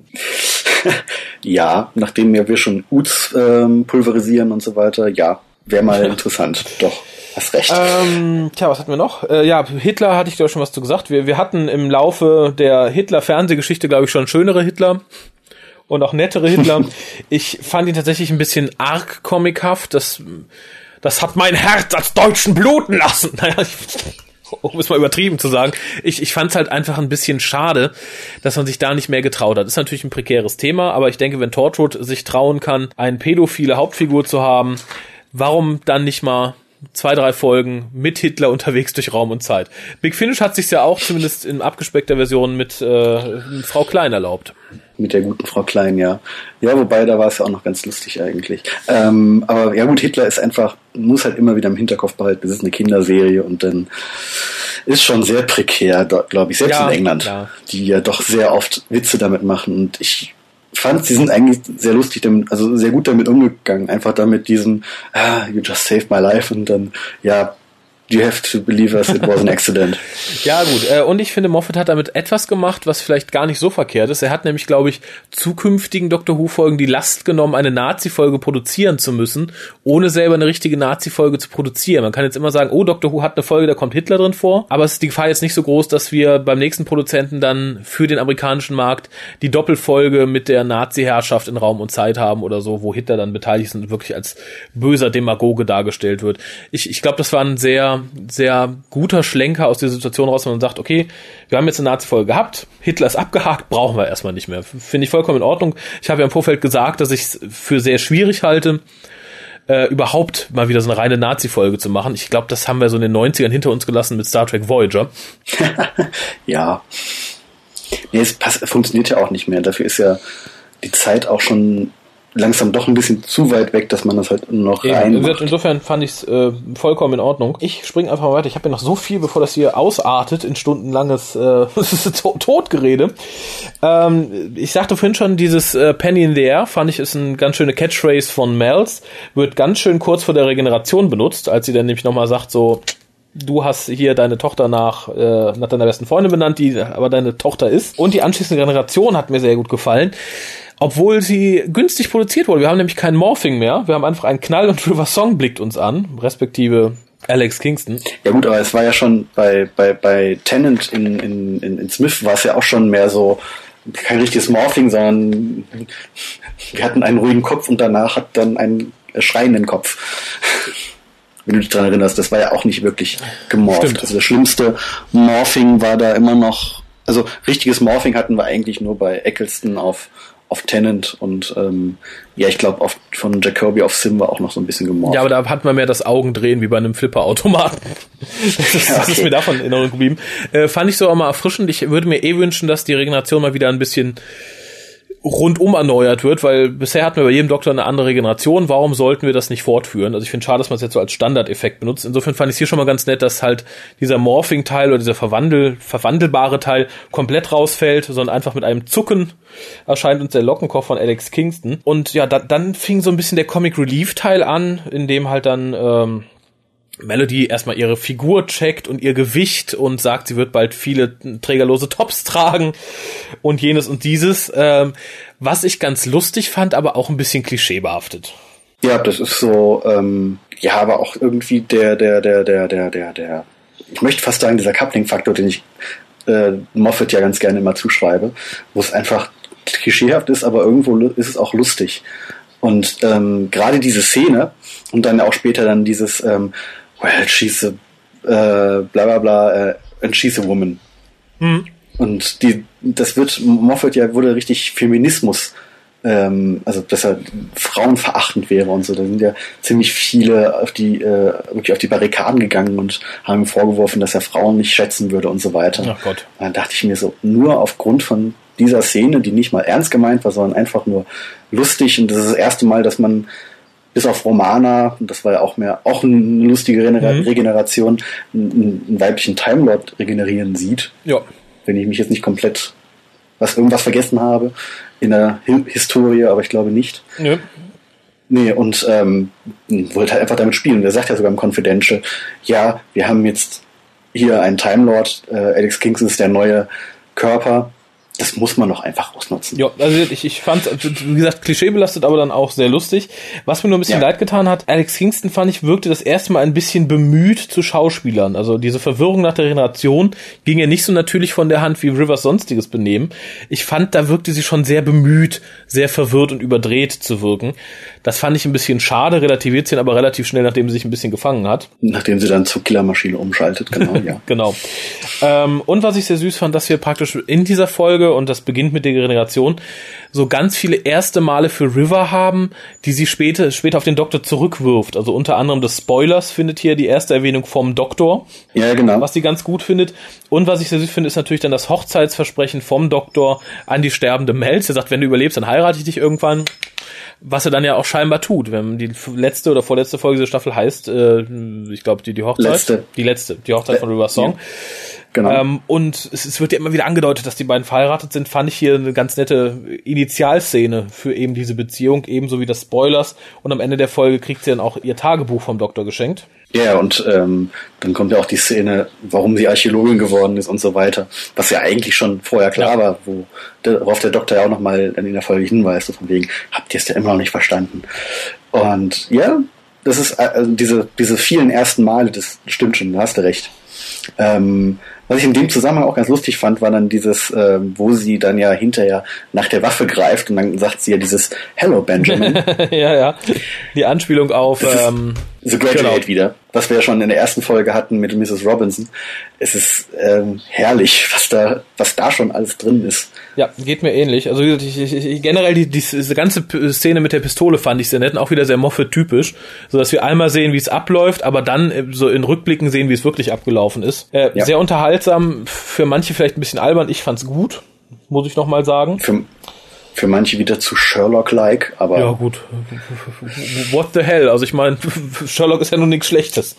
Ja, nachdem ja wir schon Uts ähm, pulverisieren und so weiter, ja, wäre mal interessant. Doch, hast recht. Ähm, tja, was hatten wir noch? Äh, ja, Hitler hatte ich glaube schon was zu gesagt. Wir, wir hatten im Laufe der Hitler-Fernsehgeschichte, glaube ich, schon schönere Hitler und auch nettere Hitler. Ich fand ihn tatsächlich ein bisschen arg comichaft. Das, das hat mein Herz als Deutschen bluten lassen. Naja, ich... um es mal übertrieben zu sagen, ich, ich fand es halt einfach ein bisschen schade, dass man sich da nicht mehr getraut hat. Ist natürlich ein prekäres Thema, aber ich denke, wenn Torchwood sich trauen kann, eine pädophile Hauptfigur zu haben, warum dann nicht mal zwei, drei Folgen mit Hitler unterwegs durch Raum und Zeit? Big Finish hat sich's ja auch zumindest in abgespeckter Version mit äh, Frau Klein erlaubt. Mit der guten Frau Klein, ja. Ja, wobei, da war es ja auch noch ganz lustig eigentlich. Ähm, aber ja gut, Hitler ist einfach, muss halt immer wieder im Hinterkopf behalten, das ist eine Kinderserie und dann ist schon sehr prekär dort, glaube ich, selbst ja, in England, klar. Die ja doch sehr oft Witze damit machen und ich fand, sie sind eigentlich sehr lustig damit, also sehr gut damit umgegangen, einfach damit diesem, ah, you just saved my life und dann, ja, you have to believe us, it was an accident. Ja gut, äh, und ich finde, Moffat hat damit etwas gemacht, was vielleicht gar nicht so verkehrt ist. Er hat nämlich, glaube ich, zukünftigen Doctor Who-Folgen die Last genommen, eine Nazi-Folge produzieren zu müssen, ohne selber eine richtige Nazi-Folge zu produzieren. Man kann jetzt immer sagen, oh, Doctor Who hat eine Folge, da kommt Hitler drin vor, aber es ist die Gefahr jetzt nicht so groß, dass wir beim nächsten Produzenten dann für den amerikanischen Markt die Doppelfolge mit der Nazi-Herrschaft in Raum und Zeit haben oder so, wo Hitler dann beteiligt ist und wirklich als böser Demagoge dargestellt wird. Ich, ich glaube, das war ein sehr sehr guter Schlenker aus der Situation raus, wenn man sagt, okay, wir haben jetzt eine Nazi-Folge gehabt, Hitler ist abgehakt, brauchen wir erstmal nicht mehr. Finde ich vollkommen in Ordnung. Ich habe ja im Vorfeld gesagt, dass ich es für sehr schwierig halte, äh, überhaupt mal wieder so eine reine Nazi-Folge zu machen. Ich glaube, das haben wir so in den neunzigern hinter uns gelassen mit Star Trek Voyager. Ja. Nee, es passt, funktioniert ja auch nicht mehr. Dafür ist ja die Zeit auch schon langsam doch ein bisschen zu weit weg, dass man das halt noch rein macht. Insofern fand ich es äh, vollkommen in Ordnung. Ich springe einfach mal weiter. Ich habe ja noch so viel, bevor das hier ausartet in stundenlanges äh, Totgerede. Ähm, ich sagte vorhin schon, dieses äh, Penny in the Air fand ich ist eine ganz schöne Catchphrase von Mels. Wird ganz schön kurz vor der Regeneration benutzt, als sie dann nämlich nochmal sagt so, du hast hier deine Tochter nach, äh, nach deiner besten Freundin benannt, die aber deine Tochter ist. Und die anschließende Generation hat mir sehr gut gefallen. Obwohl sie günstig produziert wurde. Wir haben nämlich kein Morphing mehr. Wir haben einfach einen Knall und River Song blickt uns an, respektive Alex Kingston. Ja gut, aber es war ja schon bei bei bei Tennant in in in, in Smith war es ja auch schon mehr so kein richtiges Morphing, sondern wir hatten einen ruhigen Kopf und danach hat dann einen schreienden Kopf. Wenn du dich daran erinnerst, das war ja auch nicht wirklich gemorpht. Stimmt. Also das schlimmste Morphing war da immer noch, also richtiges Morphing hatten wir eigentlich nur bei Eccleston auf auf Tennant und ähm, ja, ich glaube von Jacobi auf Sim war auch noch so ein bisschen gemorpht. Ja, aber da hat man mehr das Augendrehen wie bei einem Flipper-Automaten. Das, ist, ja, okay. Das ist mir davon in Erinnerung geblieben. Äh, fand ich so auch mal erfrischend. Ich würde mir eh wünschen, dass die Regeneration mal wieder ein bisschen rundum erneuert wird, weil bisher hatten wir bei jedem Doktor eine andere Regeneration. Warum sollten wir das nicht fortführen? Also ich finde schade, dass man es jetzt so als Standardeffekt benutzt. Insofern fand ich es hier schon mal ganz nett, dass halt dieser Morphing-Teil oder dieser Verwandel, verwandelbare Teil komplett rausfällt, sondern einfach mit einem Zucken erscheint uns der Lockenkopf von Alex Kingston. Und ja, da, dann fing so ein bisschen der Comic-Relief-Teil an, in dem halt dann ähm, Melody erstmal ihre Figur checkt und ihr Gewicht und sagt, sie wird bald viele trägerlose Tops tragen und jenes und dieses, ähm, was ich ganz lustig fand, aber auch ein bisschen klischeebehaftet. Ja, das ist so, ähm, ja, aber auch irgendwie der, der, der, der, der, der, der, ich möchte fast sagen, dieser Coupling-Faktor, den ich äh, Moffat ja ganz gerne immer zuschreibe, wo es einfach klischeehaft ist, aber irgendwo ist es auch lustig. Und ähm, gerade diese Szene und dann auch später dann dieses ähm, well, she's a äh, bla bla bla äh, and she's a woman. Mhm. Und die, das wird, Moffat ja wurde richtig Feminismus, ähm, also dass er frauenverachtend wäre und so. Da sind ja ziemlich viele auf die äh, wirklich auf die Barrikaden gegangen und haben ihm vorgeworfen, dass er Frauen nicht schätzen würde und so weiter. Ach Gott. Und dann dachte ich mir so, nur aufgrund von dieser Szene, die nicht mal ernst gemeint war, sondern einfach nur lustig, und das ist das erste Mal, dass man bis auf Romana, und das war ja auch mehr auch eine lustige Regener- mhm. Regeneration, einen, einen weiblichen Time Lord regenerieren sieht. Ja. Wenn ich mich jetzt nicht komplett was irgendwas vergessen habe in der Hi- Historie, aber ich glaube nicht. Ja. Nee, und ähm, wollte halt einfach damit spielen. Der sagt ja sogar im Confidential, ja, wir haben jetzt hier einen Time Lord, äh, Alex Kingston ist der neue Körper. Das muss man doch einfach ausnutzen. Ja, also ich, ich fand, wie gesagt, klischeebelastet, aber dann auch sehr lustig. Was mir nur ein bisschen ja. leid getan hat, Alex Kingston, fand ich, wirkte das erste Mal ein bisschen bemüht zu Schauspielern. Also diese Verwirrung nach der Regeneration ging ja nicht so natürlich von der Hand wie Rivers sonstiges Benehmen. Ich fand, da wirkte sie schon sehr bemüht, sehr verwirrt und überdreht zu wirken. Das fand ich ein bisschen schade, relativiert sie aber relativ schnell, nachdem sie sich ein bisschen gefangen hat. Nachdem sie dann zur Killermaschine umschaltet, genau, ja. Genau. Ähm, und was ich sehr süß fand, dass wir praktisch in dieser Folge, und das beginnt mit der Regeneration, so ganz viele erste Male für River haben, die sie später, später auf den Doktor zurückwirft. Also unter anderem des Spoilers findet hier die erste Erwähnung vom Doktor. Ja, genau. Was sie ganz gut findet. Und was ich sehr süß finde, ist natürlich dann das Hochzeitsversprechen vom Doktor an die sterbende Mels. Er sagt, wenn du überlebst, dann heirate ich dich irgendwann. Was er dann ja auch scheinbar tut. Wenn die letzte oder vorletzte Folge dieser Staffel heißt, äh, ich glaube, die, die Hochzeit. Letzte. Die letzte. Die Hochzeit von River Song. Ja. Genau. Ähm, und es, es wird ja immer wieder angedeutet, dass die beiden verheiratet sind. Fand ich hier eine ganz nette Initialszene für eben diese Beziehung, ebenso wie das Spoilers. Und am Ende der Folge kriegt sie dann auch ihr Tagebuch vom Doktor geschenkt. Ja, und ähm, dann kommt ja auch die Szene, warum sie Archäologin geworden ist und so weiter. Was ja eigentlich schon vorher klar ja. war, wo der, worauf der Doktor ja auch nochmal in der Folge hinweist, so von wegen, habt ihr es ja immer noch nicht verstanden. Und ja, das ist also diese, diese vielen ersten Male, das stimmt schon, da hast du recht. Ähm, was ich in dem Zusammenhang auch ganz lustig fand, war dann dieses, äh, wo sie dann ja hinterher nach der Waffe greift und dann sagt sie ja dieses Hello Benjamin. ja, ja. Die Anspielung auf ähm, The Graduate genau. wieder, was wir ja schon in der ersten Folge hatten mit Missus Robinson. Es ist ähm, herrlich, was da, was da schon alles drin ist. Ja, geht mir ähnlich. Also wie gesagt, ich, ich, ich, generell die, die, diese ganze Szene mit der Pistole fand ich sehr nett und auch wieder sehr Moffat-typisch, so dass wir einmal sehen, wie es abläuft, aber dann so in Rückblicken sehen, wie es wirklich abgelaufen ist. Äh, ja. Sehr unterhaltsam, für manche vielleicht ein bisschen albern. Ich fand's gut, muss ich noch mal sagen. Für, für manche wieder zu Sherlock-like, aber... Ja gut, what the hell? Also ich meine, Sherlock ist ja nun nichts Schlechtes.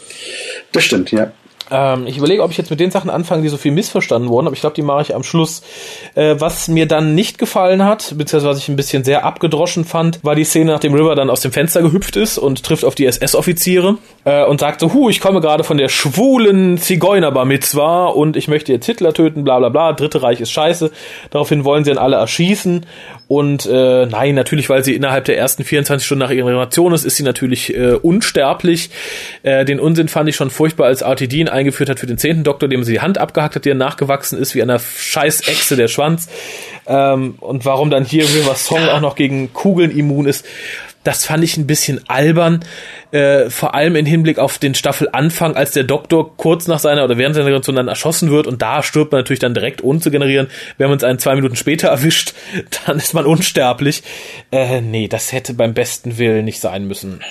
Das stimmt, ja. Ähm, ich überlege, ob ich jetzt mit den Sachen anfange, die so viel missverstanden wurden, aber ich glaube, die mache ich am Schluss. Äh, was mir dann nicht gefallen hat, beziehungsweise was ich ein bisschen sehr abgedroschen fand, war die Szene, nachdem River dann aus dem Fenster gehüpft ist und trifft auf die S S-Offiziere äh, und sagt so, hu, ich komme gerade von der schwulen Zigeuner-Bar Mitzwa und ich möchte jetzt Hitler töten, bla bla bla, Dritte Reich ist scheiße. Daraufhin wollen sie dann alle erschießen. Und äh, nein, natürlich, weil sie innerhalb der ersten vierundzwanzig Stunden nach ihrer Regeneration ist, ist sie natürlich äh, unsterblich. Äh, den Unsinn fand ich schon furchtbar, als R T D ihn eingeführt hat für den zehnten Doktor, dem sie die Hand abgehackt hat, die dann nachgewachsen ist wie einer scheiß Echse der Schwanz. Ähm, und warum dann hier River Song auch noch gegen Kugeln immun ist, das fand ich ein bisschen albern, äh, vor allem im Hinblick auf den Staffelanfang, als der Doktor kurz nach seiner oder während seiner Generation dann erschossen wird und da stirbt man natürlich dann direkt, ohne zu generieren. Wenn man es einen zwei Minuten später erwischt, dann ist man unsterblich. Äh, nee, das hätte beim besten Willen nicht sein müssen.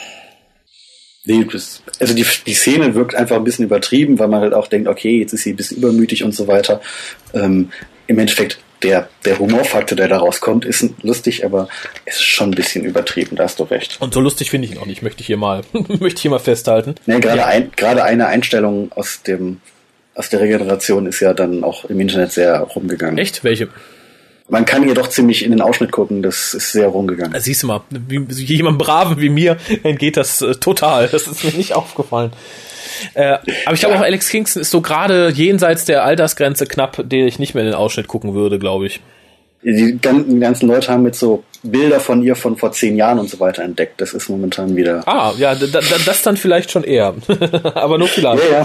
Nee, das, also die, die Szene wirkt einfach ein bisschen übertrieben, weil man halt auch denkt, okay, jetzt ist sie ein bisschen übermütig und so weiter. Ähm, im Endeffekt, der, der Humorfaktor, der daraus kommt, ist lustig, aber es ist schon ein bisschen übertrieben, da hast du recht. Und so lustig finde ich ihn auch nicht, möchte ich hier mal, möchte ich hier mal festhalten. Nee, gerade ja. ein, gerade eine Einstellung aus dem, aus der Regeneration ist ja dann auch im Internet sehr rumgegangen. Echt? Welche? man kann hier doch ziemlich in den Ausschnitt gucken, das ist sehr rumgegangen. Siehst du mal, wie, jemand Braven wie mir entgeht das äh, total. Das ist mir nicht aufgefallen. Äh, aber ich glaube ja. auch, Alex Kingston ist so gerade jenseits der Altersgrenze knapp, den ich nicht mehr in den Ausschnitt gucken würde, glaube ich. Die ganzen, die ganzen Leute haben jetzt so Bilder von ihr von vor zehn Jahren und so weiter entdeckt. Das ist momentan wieder... Ah, ja, da, da, das dann vielleicht schon eher. Aber nur vielleicht. Ja, ja.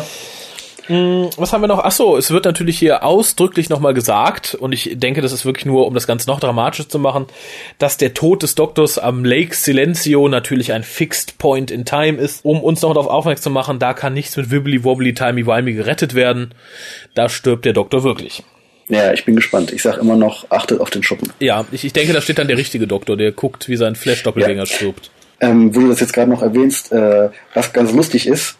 Was haben wir noch? Ach so, es wird natürlich hier ausdrücklich nochmal gesagt, und ich denke, das ist wirklich nur, um das Ganze noch dramatischer zu machen, dass der Tod des Doktors am Lake Silencio natürlich ein Fixed Point in Time ist, um uns noch darauf aufmerksam zu machen, da kann nichts mit Wibbly Wobbly Timey Wimey gerettet werden. Da stirbt der Doktor wirklich. Ja, ich bin gespannt. Ich sag immer noch, achtet auf den Schuppen. Ja, ich, ich denke, da steht dann der richtige Doktor, der guckt, wie sein Flash-Doppelgänger ja. stirbt. Ähm, wo du das jetzt gerade noch erwähnst, äh, was ganz lustig ist,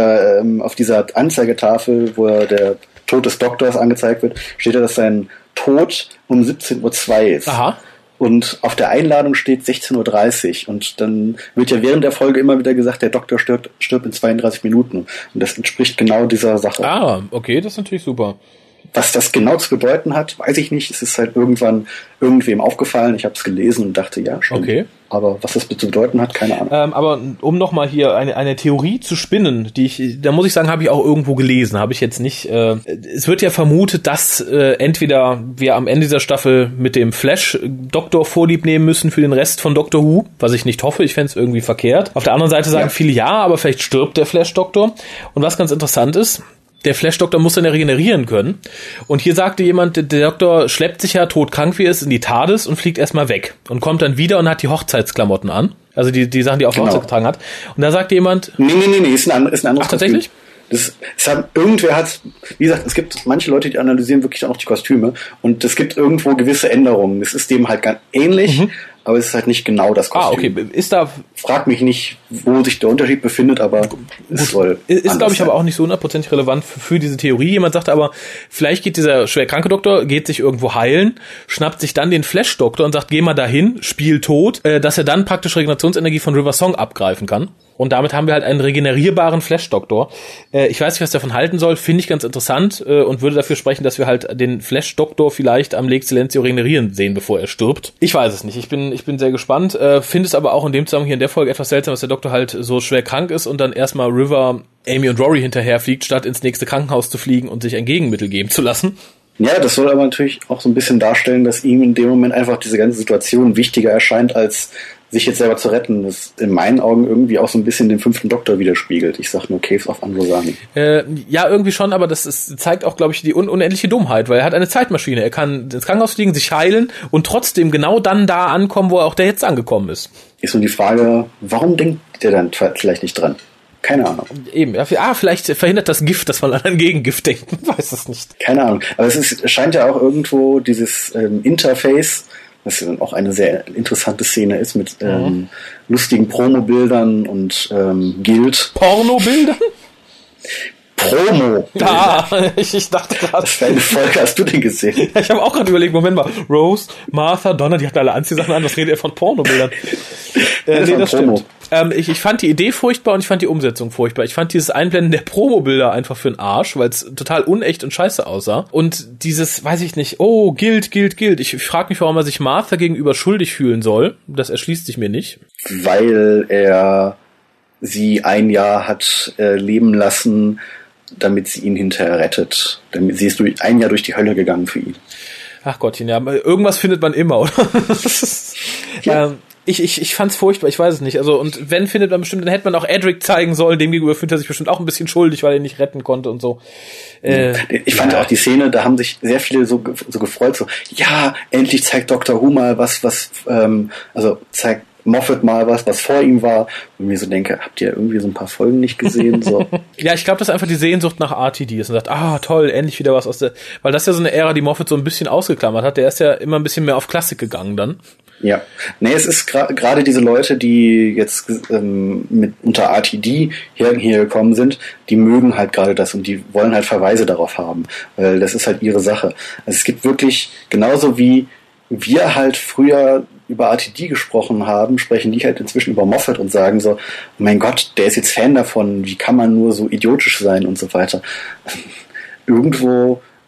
äh, auf dieser Anzeigetafel, wo der Tod des Doktors angezeigt wird, steht da, dass sein Tod um siebzehn Uhr zwei ist. Aha. Und auf der Einladung steht sechzehn Uhr dreißig. Und dann wird ja während der Folge immer wieder gesagt, der Doktor stirbt, stirbt in zweiunddreißig Minuten. Und das entspricht genau dieser Sache. Ah, okay, das ist natürlich super. Was das genau zu bedeuten hat, weiß ich nicht. Es ist halt irgendwann irgendwem aufgefallen. Ich habe es gelesen und dachte, ja, stimmt. Okay. Aber was das zu bedeuten hat, keine Ahnung. Ähm, aber um nochmal hier eine, eine Theorie zu spinnen, die ich, da muss ich sagen, habe ich auch irgendwo gelesen, habe ich jetzt nicht. Äh, es wird ja vermutet, dass äh, entweder wir am Ende dieser Staffel mit dem Flash-Doktor Vorlieb nehmen müssen für den Rest von Doctor Who, was ich nicht hoffe, ich fände es irgendwie verkehrt. Auf der anderen Seite sagen ja. viele ja, aber vielleicht stirbt der Flash-Doktor. Und was ganz interessant ist, der Flash-Doktor muss dann ja regenerieren können. Und hier sagte jemand, der Doktor schleppt sich ja todkrank wie er ist in die TARDIS und fliegt erstmal weg. Und kommt dann wieder und hat die Hochzeitsklamotten an. Also die, die Sachen, die er auf der genau. Hochzeit getragen hat. Und da sagte jemand... Nee, nee, nee, nee, ist ein, ist ein anderes Ach, tatsächlich? Das, es hat, irgendwer hat, wie gesagt, es gibt manche Leute, die analysieren wirklich auch die Kostüme. Und es gibt irgendwo gewisse Änderungen. Es ist dem halt ganz ähnlich, mhm. aber es ist halt nicht genau das Kostüm. Ah, okay. Ist da... Frag mich nicht, wo sich der Unterschied befindet, aber Gut. es soll Ist, glaube ich, sein. aber auch nicht so hundertprozentig relevant für, für diese Theorie. Jemand sagte aber, vielleicht geht dieser schwerkranke Doktor, geht sich irgendwo heilen, schnappt sich dann den Flash-Doktor und sagt, geh mal dahin, spiel tot, äh, dass er dann praktisch Regenerationsenergie von River Song abgreifen kann. Und damit haben wir halt einen regenerierbaren Flash-Doktor. Äh, ich weiß nicht, was davon halten soll, finde ich ganz interessant äh, und würde dafür sprechen, dass wir halt den Flash-Doktor vielleicht am Lake Silencio regenerieren sehen, bevor er stirbt. Ich weiß es nicht, ich bin ich bin sehr gespannt, äh, finde es aber auch in dem Zusammenhang hier in der Folge etwas seltsam, dass der Doktor halt so schwer krank ist und dann erstmal River, Amy und Rory hinterherfliegt, statt ins nächste Krankenhaus zu fliegen und sich ein Gegenmittel geben zu lassen. Ja, das soll aber natürlich auch so ein bisschen darstellen, dass ihm in dem Moment einfach diese ganze Situation wichtiger erscheint, als sich jetzt selber zu retten, das in meinen Augen irgendwie auch so ein bisschen den fünften Doktor widerspiegelt. Ich sag nur Caves of Androsani. Äh, ja, irgendwie schon, aber das ist, zeigt auch, glaube ich, die un- unendliche Dummheit, weil er hat eine Zeitmaschine. Er kann ins Krankenhaus fliegen, sich heilen und trotzdem genau dann da ankommen, wo auch der jetzt angekommen ist. Ist nur die Frage, warum denkt der dann vielleicht nicht dran? Keine Ahnung. Eben, ja, ah, vielleicht verhindert das Gift, dass man an ein Gegengift denkt. Man weiß es nicht. Keine Ahnung. Aber es ist, scheint ja auch irgendwo dieses ähm, Interface, was dann auch eine sehr interessante Szene ist, mit ähm, mhm. lustigen Promobildern und ähm, Guild. Pornobildern? Promo. Ah, ich, ich dachte gerade. Was für eine Folge hast du denn gesehen? Ja, ich habe auch gerade überlegt, Moment mal, Rose, Martha, Donna, die hatten alle Anziehsachen an, was redet ihr von Pornobildern? äh, nee, das Promo. Stimmt. Ähm, ich, ich fand die Idee furchtbar und ich fand die Umsetzung furchtbar. Ich fand dieses Einblenden der Promobilder einfach für den Arsch, weil es total unecht und scheiße aussah. Und dieses, weiß ich nicht, oh, gilt, gilt, gilt. Ich, ich frage mich, warum er sich Martha gegenüber schuldig fühlen soll. Das erschließt sich mir nicht. Weil er sie ein Jahr hat äh, leben lassen, damit sie ihn hinterher rettet. Damit sie ist durch, ein Jahr durch die Hölle gegangen für ihn. Ach Gottchen, ja, irgendwas findet man immer, oder? ja. ähm, ich, ich, ich fand's furchtbar, ich weiß es nicht. Also, und wenn findet man bestimmt, dann hätte man auch Edric zeigen sollen, dem gegenüber fühlt er sich bestimmt auch ein bisschen schuldig, weil er ihn nicht retten konnte und so. Äh, ich fand ja. auch die Szene, da haben sich sehr viele so, so gefreut, so, ja, endlich zeigt Doktor Who mal was, was, ähm, also zeigt Moffat mal was, was vor ihm war, und mir so denke, habt ihr irgendwie so ein paar Folgen nicht gesehen? So. Ja, ich glaube, das ist einfach die Sehnsucht nach R T D ist und sagt, ah, toll, endlich wieder was aus der, weil das ist ja so eine Ära, die Moffat so ein bisschen ausgeklammert hat, der ist ja immer ein bisschen mehr auf Klassik gegangen dann. Ja, nee, es ist gerade gra- diese Leute, die jetzt ähm, mit unter R T D hier, hier gekommen sind, die mögen halt gerade das und die wollen halt Verweise darauf haben, weil das ist halt ihre Sache. Also es gibt wirklich, genauso wie wir halt früher über R T D gesprochen haben, sprechen die halt inzwischen über Moffat und sagen so, oh mein Gott, der ist jetzt Fan davon, wie kann man nur so idiotisch sein und so weiter. Irgendwo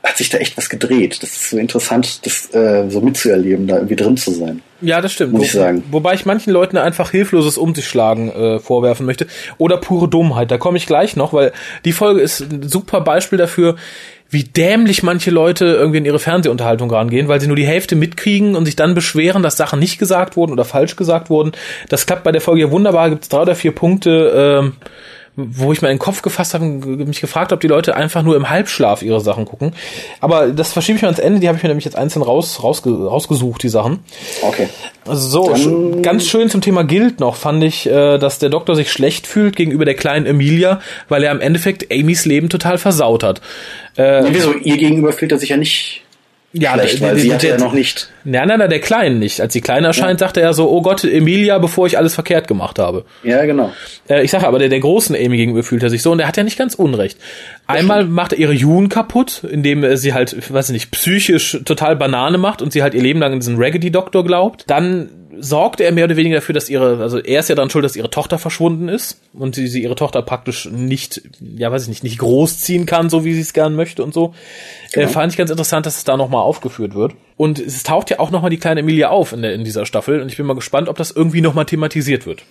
hat sich da echt was gedreht. Das ist so interessant, das äh, so mitzuerleben, da irgendwie drin zu sein. Ja, das stimmt. Muss ich sagen. Wobei ich manchen Leuten einfach hilfloses Um sich schlagen äh, vorwerfen möchte. Oder pure Dummheit. Da komme ich gleich noch, weil die Folge ist ein super Beispiel dafür, wie dämlich manche Leute irgendwie in ihre Fernsehunterhaltung rangehen, weil sie nur die Hälfte mitkriegen und sich dann beschweren, dass Sachen nicht gesagt wurden oder falsch gesagt wurden. Das klappt bei der Folge ja wunderbar. Gibt es drei oder vier Punkte, ähm, wo ich mir in den Kopf gefasst habe und mich gefragt, ob die Leute einfach nur im Halbschlaf ihre Sachen gucken. Aber das verschiebe ich mal ans Ende, die habe ich mir nämlich jetzt einzeln raus, rausge, rausgesucht, die Sachen. Okay. So, Dann ganz schön zum Thema Guild noch fand ich, äh, dass der Doktor sich schlecht fühlt gegenüber der kleinen Emilia, weil er im Endeffekt Amys Leben total versaut hat. Äh, nee, wieso? Ihr gegenüber fühlt er sich ja nicht ja, schlecht, der, weil der, sie hat der, ja noch nicht. Nein, nein, nein, der Kleinen nicht. Als die Kleine erscheint, ja. sagte er so, oh Gott, Emilia, bevor ich alles verkehrt gemacht habe. Ja, genau. Äh, ich sage aber, der, der großen Amy gegenüber fühlt er sich so und der hat ja nicht ganz unrecht. Einmal macht er ihre June kaputt, indem er sie halt, weiß ich nicht, psychisch total Banane macht und sie halt ihr Leben lang in diesen Raggedy-Doktor glaubt. Dann sorgt er mehr oder weniger dafür, dass ihre, also er ist ja daran schuld, dass ihre Tochter verschwunden ist und sie, sie ihre Tochter praktisch nicht, ja weiß ich nicht, nicht großziehen kann, so wie sie es gern möchte und so. Genau. Äh, fand ich ganz interessant, dass es da nochmal aufgeführt wird. Und es taucht ja auch nochmal die kleine Emilia auf in, der, in dieser Staffel und ich bin mal gespannt, ob das irgendwie nochmal thematisiert wird.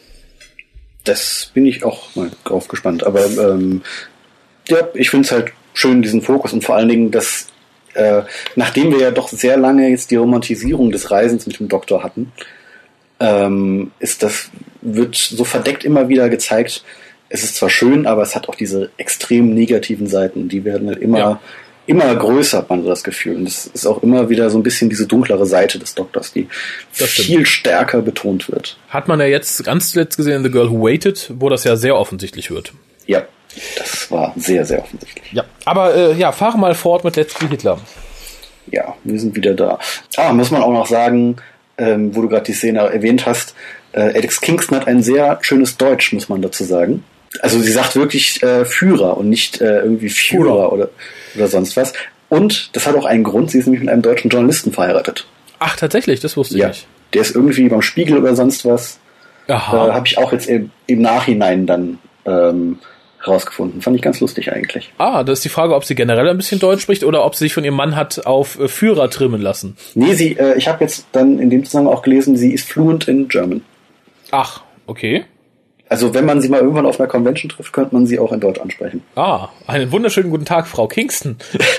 Das bin ich auch mal drauf gespannt. Aber ähm, ja, ich finde es halt schön, diesen Fokus und vor allen Dingen, dass äh, nachdem wir ja doch sehr lange jetzt die Romantisierung des Reisens mit dem Doktor hatten, ähm, ist das, wird so verdeckt immer wieder gezeigt, es ist zwar schön, aber es hat auch diese extrem negativen Seiten, die werden halt immer, ja. immer größer, hat man so das Gefühl. Und es ist auch immer wieder so ein bisschen diese dunklere Seite des Doktors, die viel stärker betont wird. Hat man ja jetzt ganz zuletzt gesehen in The Girl Who Waited, wo das ja sehr offensichtlich wird. Ja, das war sehr, sehr offensichtlich. Ja, aber äh, ja, fahr mal fort mit Let's Be Hitler. Ja, wir sind wieder da. Ah, muss man auch noch sagen, ähm, wo du gerade die Szene erwähnt hast, äh, Alex Kingston hat ein sehr schönes Deutsch, muss man dazu sagen. Also sie sagt wirklich äh, Führer und nicht äh, irgendwie Führer oder, oder sonst was. Und das hat auch einen Grund, sie ist nämlich mit einem deutschen Journalisten verheiratet. Ach, tatsächlich? Das wusste ich ja, nicht. Der ist irgendwie beim Spiegel oder sonst was. Aha. Äh, habe ich auch jetzt im, im Nachhinein dann ähm, rausgefunden. Fand ich ganz lustig eigentlich. Ah, das ist die Frage, ob sie generell ein bisschen Deutsch spricht oder ob sie sich von ihrem Mann hat auf äh, Führer trimmen lassen. Nee, sie, äh, ich habe jetzt dann in dem Zusammenhang auch gelesen, sie ist fluent in German. Ach, okay. Also wenn man sie mal irgendwann auf einer Convention trifft, könnte man sie auch in Deutsch ansprechen. Ah, einen wunderschönen guten Tag, Frau Kingston.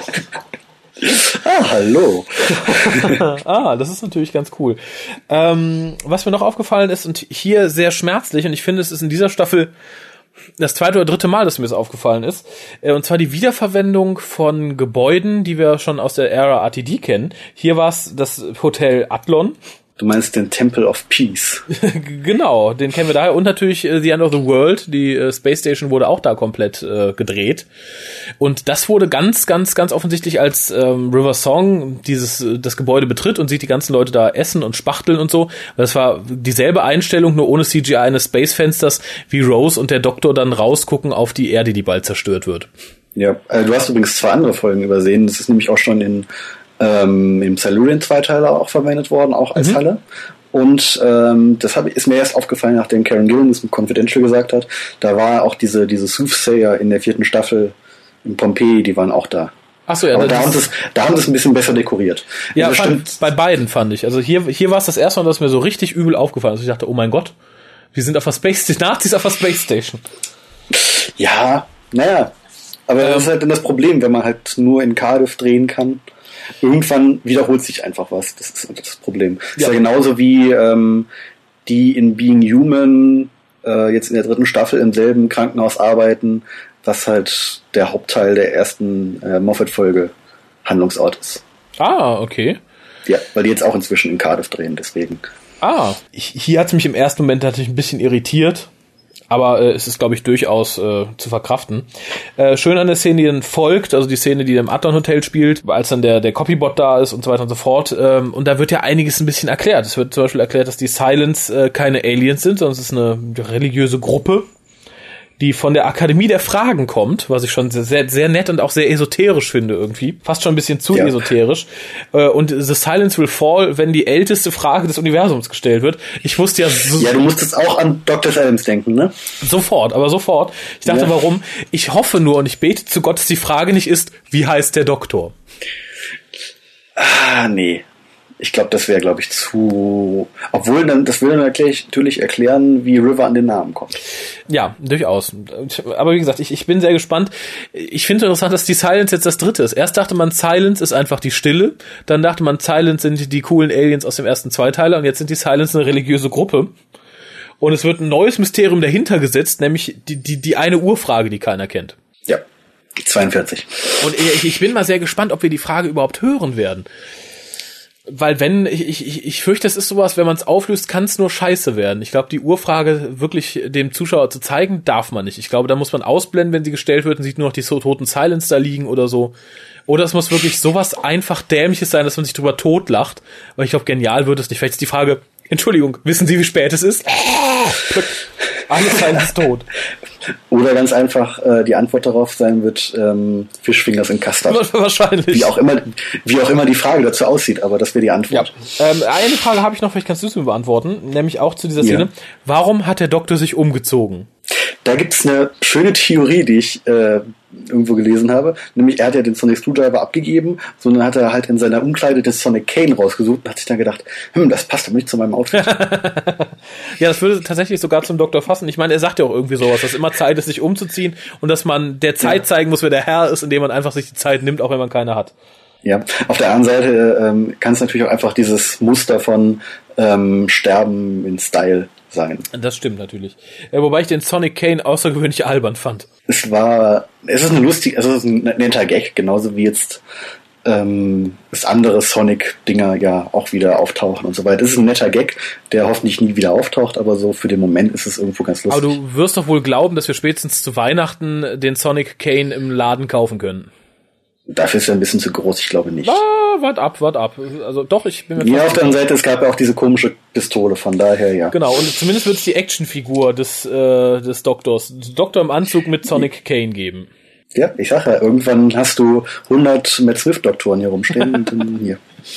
Ah, hallo. Ah, das ist natürlich ganz cool. Ähm, was mir noch aufgefallen ist, und hier sehr schmerzlich, und ich finde, es ist in dieser Staffel das zweite oder dritte Mal, dass mir das aufgefallen ist, äh, und zwar die Wiederverwendung von Gebäuden, die wir schon aus der Ära R T D kennen. Hier war es das Hotel Adlon. Du meinst den Temple of Peace. Genau, den kennen wir daher. Und natürlich äh, The End of the World, die äh, Space Station wurde auch da komplett äh, gedreht. Und das wurde ganz, ganz, ganz offensichtlich, als ähm, River Song dieses äh, das Gebäude betritt und sieht die ganzen Leute da essen und spachteln und so. Das war dieselbe Einstellung, nur ohne C G I eines Space-Fensters, wie Rose und der Doktor dann rausgucken auf die Erde, die bald zerstört wird. Ja, äh, du hast übrigens zwei andere Folgen übersehen. Das ist nämlich auch schon in ähm, im Silurian-Zweiteiler auch verwendet worden, auch als mhm. Halle. Und ähm, das hab, ist mir erst aufgefallen, nachdem Karen Gillan das mit Confidential gesagt hat. Da war auch diese diese Soothsayer in der vierten Staffel in Pompeji, die waren auch da. Ach so, ja. Aber da haben sie es da haben sie es ein bisschen besser dekoriert. Ja, also fand, bei beiden fand ich. Also hier hier war es das erste Mal, dass mir so richtig übel aufgefallen ist. Ich dachte, oh mein Gott, wir sind auf der Space Station, Nazis auf der Space Station. Ja, naja. Aber ähm, das ist halt dann das Problem, wenn man halt nur in Cardiff drehen kann. Irgendwann wiederholt sich einfach was. Das ist das Problem. Das ja. ist ja genauso wie ähm, die in Being Human äh, jetzt in der dritten Staffel im selben Krankenhaus arbeiten, was halt der Hauptteil der ersten äh, Moffat-Folge Handlungsort ist. Ah, okay. Ja, weil die jetzt auch inzwischen in Cardiff drehen, deswegen. Ah, hier hat es mich im ersten Moment natürlich ein bisschen irritiert. Aber äh, es ist, glaube ich, durchaus äh, zu verkraften. Äh, schön an der Szene, die dann folgt, also die Szene, die im Adlon Hotel spielt, als dann der der Copybot da ist und so weiter und so fort. Ähm, und da wird ja einiges ein bisschen erklärt. Es wird zum Beispiel erklärt, dass die Silence äh, keine Aliens sind, sondern es ist eine religiöse Gruppe, die von der Akademie der Fragen kommt, was ich schon sehr, sehr nett und auch sehr esoterisch finde irgendwie. Fast schon ein bisschen zu ja. esoterisch. Und The Silence Will Fall, wenn die älteste Frage des Universums gestellt wird. Ich wusste ja... So ja, du musstest auch an Doktor Adams denken, ne? Sofort, aber sofort. Ich dachte, ja. warum? Ich hoffe nur und ich bete zu Gott, dass die Frage nicht ist, wie heißt der Doktor? Ah, nee. Ich glaube, das wäre, glaube ich, zu... Obwohl, dann, das würde dann erklär- natürlich erklären, wie River an den Namen kommt. Ja, durchaus. Aber wie gesagt, ich, ich bin sehr gespannt. Ich finde interessant, dass die Silence jetzt das dritte ist. Erst dachte man, Silence ist einfach die Stille. Dann dachte man, Silence sind die coolen Aliens aus dem ersten Zweiteiler. Und jetzt sind die Silence eine religiöse Gruppe. Und es wird ein neues Mysterium dahinter gesetzt, nämlich die, die, die eine Urfrage, die keiner kennt. Ja, zweiundvierzig. Und ich, ich bin mal sehr gespannt, ob wir die Frage überhaupt hören werden. Weil wenn, ich, ich, ich fürchte, das ist sowas, wenn man es auflöst, kann es nur scheiße werden. Ich glaube, die Urfrage wirklich dem Zuschauer zu zeigen, darf man nicht. Ich glaube, da muss man ausblenden, wenn sie gestellt wird und sieht nur noch die so toten Silence da liegen oder so. Oder es muss wirklich sowas einfach Dämliches sein, dass man sich drüber totlacht. Aber ich glaube, genial wird es nicht. Vielleicht ist die Frage, Entschuldigung, wissen Sie, wie spät es ist? Alles Silence ist tot. Oder ganz einfach äh, die Antwort darauf sein wird, ähm, Fischfingers in Custard. Wahrscheinlich. Wie auch immer, wie auch immer die Frage dazu aussieht, aber das wäre die Antwort. Ja. Ähm, eine Frage habe ich noch, vielleicht kannst du es mir beantworten, nämlich auch zu dieser Szene. Ja. Warum hat der Doktor sich umgezogen? Da gibt's eine schöne Theorie, die ich äh, irgendwo gelesen habe. Nämlich, er hat ja den Sonic Screwdriver abgegeben, sondern hat er halt in seiner Umkleide den Sonic Cane rausgesucht und hat sich dann gedacht, hm, das passt doch nicht zu meinem Outfit. Ja, das würde tatsächlich sogar zum Doktor fassen. Ich meine, er sagt ja auch irgendwie sowas, dass immer Zeit ist, sich umzuziehen und dass man der Zeit ja. zeigen muss, wer der Herr ist, indem man einfach sich die Zeit nimmt, auch wenn man keine hat. Ja, auf der anderen Seite ähm, kann es natürlich auch einfach dieses Muster von ähm, Sterben in Style sein. Das stimmt natürlich. Äh, wobei ich den Sonic Cane außergewöhnlich albern fand. Es war, es ist eine lustige, es ist ein netter Gag, genauso wie jetzt ähm, das andere Sonic-Dinger ja auch wieder auftauchen und so weiter. Es ist ein netter Gag, der hoffentlich nie wieder auftaucht, aber so für den Moment ist es irgendwo ganz lustig. Aber du wirst doch wohl glauben, dass wir spätestens zu Weihnachten den Sonic Cane im Laden kaufen können. Dafür ist er ein bisschen zu groß, ich glaube nicht. Ah, wart ab, wart ab. Also doch, ich bin mir Ja, auf der anderen Seite, es gab ja auch diese komische Pistole, von daher, ja. Genau, und zumindest wird es die Actionfigur des, äh, des Doktors, Doktor im Anzug mit Sonic Cane geben. Ja, ich sag ja, irgendwann hast du hundert Matt Swift-Doktoren hier rumstehen und dann hier.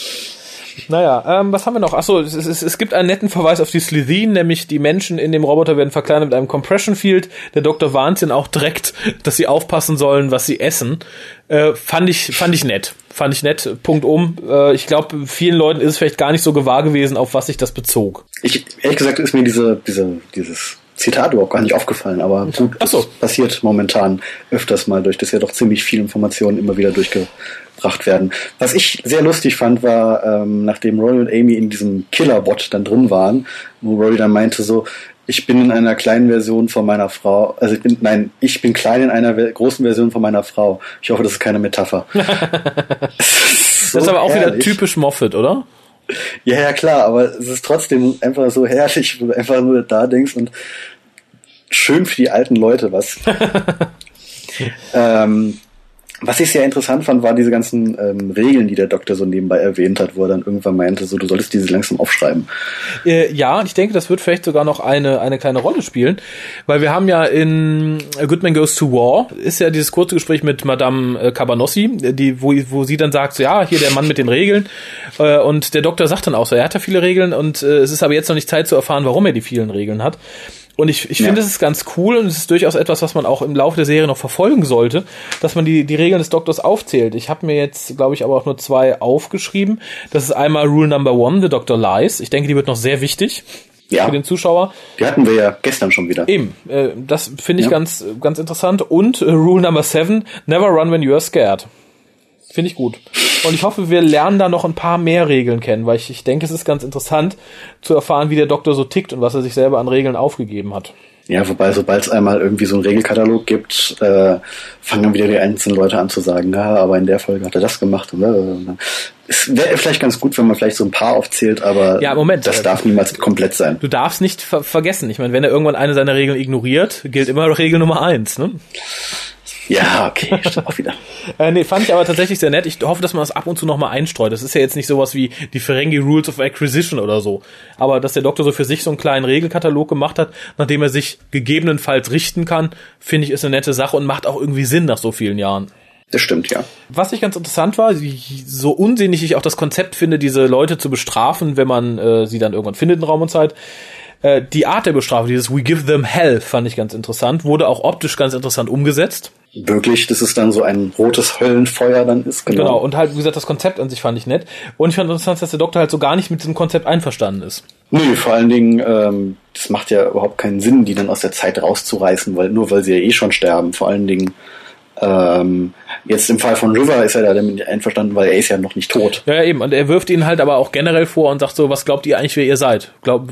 Naja, ähm, was haben wir noch? Achso, es, es, es gibt einen netten Verweis auf die Slitheen, nämlich die Menschen in dem Roboter werden verkleinert mit einem Compression Field. Der Doktor warnt ihn auch direkt, dass sie aufpassen sollen, was sie essen. Äh, fand ich, fand ich nett. Fand ich nett. Punkt um. Äh, ich glaube, vielen Leuten ist es vielleicht gar nicht so gewahr gewesen, auf was sich das bezog. Ich, ehrlich gesagt, ist mir diese, diese, dieses Zitat überhaupt gar nicht aufgefallen, aber gut, das so. passiert momentan öfters mal, durch das ja doch ziemlich viele Informationen immer wieder durchgebracht werden. Was ich sehr lustig fand, war, ähm, nachdem Rory und Amy in diesem Killerbot dann drin waren, wo Rory dann meinte so, ich bin in einer kleinen Version von meiner Frau, also ich bin, nein, ich bin klein in einer ve- großen Version von meiner Frau. Ich hoffe, das ist keine Metapher. Das ist, so das ist aber auch herrlich. Wieder typisch Moffat, oder? Ja, ja, klar, aber es ist trotzdem einfach so herrlich, wo du einfach nur da denkst und schön für die alten Leute was. ähm, was ich sehr interessant fand, waren diese ganzen ähm, Regeln, die der Doktor so nebenbei erwähnt hat, wo er dann irgendwann meinte, so, du solltest diese langsam aufschreiben. Äh, ja, und ich denke, das wird vielleicht sogar noch eine eine kleine Rolle spielen, weil wir haben ja in A Good Man Goes to War, ist ja dieses kurze Gespräch mit Madame Cabanossi, die, wo, wo sie dann sagt, so, ja, hier der Mann mit den Regeln, äh, und der Doktor sagt dann auch so, er hat ja viele Regeln und äh, es ist aber jetzt noch nicht Zeit zu erfahren, warum er die vielen Regeln hat. Und ich, ich finde, es ist ganz cool und es ist durchaus etwas, was man auch im Laufe der Serie noch verfolgen sollte, dass man die, die Regeln des Doktors aufzählt. Ich habe mir jetzt, glaube ich, aber auch nur zwei aufgeschrieben. Das ist einmal Rule Number One, The Doctor Lies. Ich denke, die wird noch sehr wichtig ja. für den Zuschauer. Die hatten wir ja gestern schon wieder. Eben, äh, das finde ich ja. ganz, ganz interessant. Und äh, Rule Number Seven, Never Run When You Are Scared. Finde ich gut. Und ich hoffe, wir lernen da noch ein paar mehr Regeln kennen, weil ich, ich denke, es ist ganz interessant zu erfahren, wie der Doktor so tickt und was er sich selber an Regeln aufgegeben hat. Ja, wobei, sobald es einmal irgendwie so einen Regelkatalog gibt, äh, fangen dann wieder die einzelnen Leute an zu sagen, ja, aber in der Folge hat er das gemacht. Und, äh, es wäre vielleicht ganz gut, wenn man vielleicht so ein paar aufzählt, aber ja, Moment, das darf niemals komplett sein. Du darfst nicht ver- vergessen. Ich meine, wenn er irgendwann eine seiner Regeln ignoriert, gilt immer Regel Nummer eins, ne? Ja, okay, stimmt auch wieder. äh, nee, fand ich aber tatsächlich sehr nett. Ich hoffe, dass man das ab und zu nochmal einstreut. Das ist ja jetzt nicht sowas wie die Ferengi Rules of Acquisition oder so. Aber dass der Doktor so für sich so einen kleinen Regelkatalog gemacht hat, nachdem er sich gegebenenfalls richten kann, finde ich, ist eine nette Sache und macht auch irgendwie Sinn nach so vielen Jahren. Das stimmt, ja. Was ich ganz interessant war, so unsinnig ich auch das Konzept finde, diese Leute zu bestrafen, wenn man äh, sie dann irgendwann findet in Raum und Zeit. Äh, die Art der Bestrafung, dieses We give them hell, fand ich ganz interessant, wurde auch optisch ganz interessant umgesetzt. Wirklich, dass es dann so ein rotes Höllenfeuer dann ist. Genau. Genau, und halt, wie gesagt, das Konzept an sich fand ich nett. Und ich fand interessant, dass der Doktor halt so gar nicht mit diesem Konzept einverstanden ist. Nee, vor allen Dingen, ähm, das macht ja überhaupt keinen Sinn, die dann aus der Zeit rauszureißen, weil nur weil sie ja eh schon sterben. Vor allen Dingen, ähm, jetzt im Fall von River ist er da damit einverstanden, weil er ist ja noch nicht tot. Ja, ja, eben. Und er wirft ihnen halt aber auch generell vor und sagt so, was glaubt ihr eigentlich, wer ihr seid? Glaub,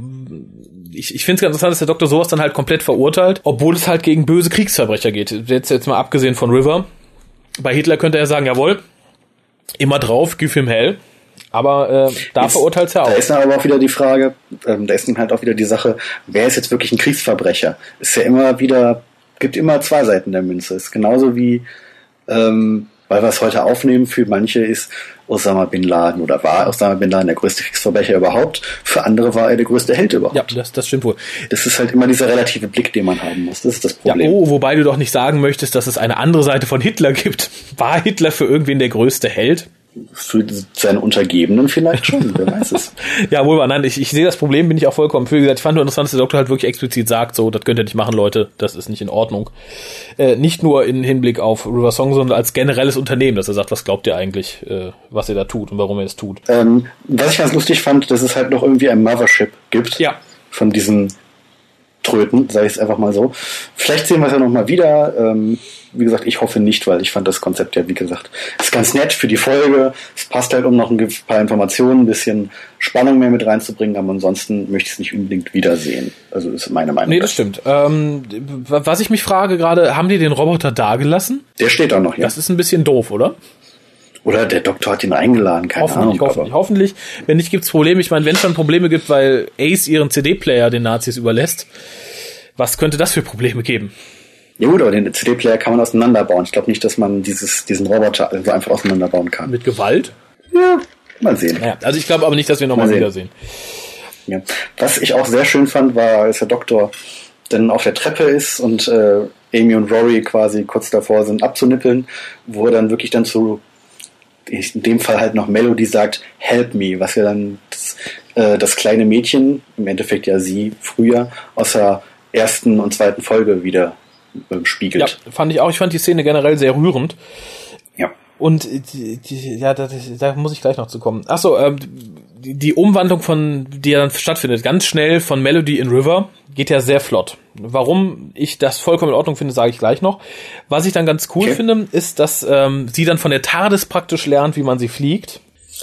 ich, ich finde es ganz interessant, dass der Doktor sowas dann halt komplett verurteilt, obwohl es halt gegen böse Kriegsverbrecher geht. Jetzt, jetzt mal abgesehen von River. Bei Hitler könnte er sagen, jawohl, immer drauf, give him hell. Aber äh, da jetzt, verurteilt es ja auch. Da ist dann aber auch wieder die Frage, ähm, da ist dann halt auch wieder die Sache, wer ist jetzt wirklich ein Kriegsverbrecher? Ist ja immer wieder, gibt immer zwei Seiten der Münze. Ist genauso wie, ähm, weil wir es heute aufnehmen, für manche ist Osama Bin Laden oder war Osama Bin Laden der größte Kriegsverbrecher überhaupt. Für andere war er der größte Held überhaupt. Ja, das, das stimmt wohl. Das ist halt immer dieser relative Blick, den man haben muss. Das ist das Problem. Ja, oh, wobei du doch nicht sagen möchtest, dass es eine andere Seite von Hitler gibt. War Hitler für irgendwen der größte Held? Für seine Untergebenen vielleicht schon, wer weiß es. Ja, wohl war, nein, ich, ich sehe das Problem, bin ich auch vollkommen für. Wie gesagt, ich fand nur interessant, dass der Doktor halt wirklich explizit sagt, so, das könnt ihr nicht machen, Leute, das ist nicht in Ordnung. Äh, nicht nur in Hinblick auf River Song, sondern als generelles Unternehmen, dass er sagt, was glaubt ihr eigentlich, äh, was ihr da tut und warum ihr es tut. Ähm, was ich ganz lustig fand, dass es halt noch irgendwie ein Mothership gibt. Ja. Von diesen Tröten, sage ich es einfach mal so. Vielleicht sehen wir es ja noch mal wieder. Ähm, wie gesagt, ich hoffe nicht, weil ich fand das Konzept ja, wie gesagt, ist ganz nett für die Folge. Es passt halt, um noch ein paar Informationen, ein bisschen Spannung mehr mit reinzubringen, aber ansonsten möchte ich es nicht unbedingt wiedersehen. Also ist meine Meinung. Nee, das stimmt. Ähm, was ich mich frage gerade, haben die den Roboter da gelassen? Der steht da noch, ja. Das ist ein bisschen doof, oder? Oder der Doktor hat ihn eingeladen, keine hoffentlich, Ahnung. Hoffentlich, hoffentlich. Wenn nicht, gibt's Probleme. Ich meine, wenn es schon Probleme gibt, weil Ace ihren C D-Player den Nazis überlässt, was könnte das für Probleme geben? Ja gut, aber den C D-Player kann man auseinanderbauen. Ich glaube nicht, dass man dieses, diesen Roboter also einfach auseinanderbauen kann. Mit Gewalt? Ja, mal sehen. Naja, also ich glaube aber nicht, dass wir nochmal wiedersehen. Ja. Was ich auch sehr schön fand, war, als der Doktor dann auf der Treppe ist und äh, Amy und Rory quasi kurz davor sind abzunippeln, wo er dann wirklich dann zu, in dem Fall halt noch Melody sagt, help me, was ja dann das, äh, das kleine Mädchen, im Endeffekt ja sie früher, aus der ersten und zweiten Folge wieder äh, spiegelt. Ja, fand ich auch. Ich fand die Szene generell sehr rührend. Ja. Und die, die, ja, da, da muss ich gleich noch zu kommen. Achso, ähm, die, die Umwandlung von, die dann stattfindet, ganz schnell von Melody in River, geht ja sehr flott. Warum ich das vollkommen in Ordnung finde, sage ich gleich noch. Was ich dann ganz cool okay. finde, ist, dass ähm, sie dann von der TARDIS praktisch lernt, wie man sie fliegt.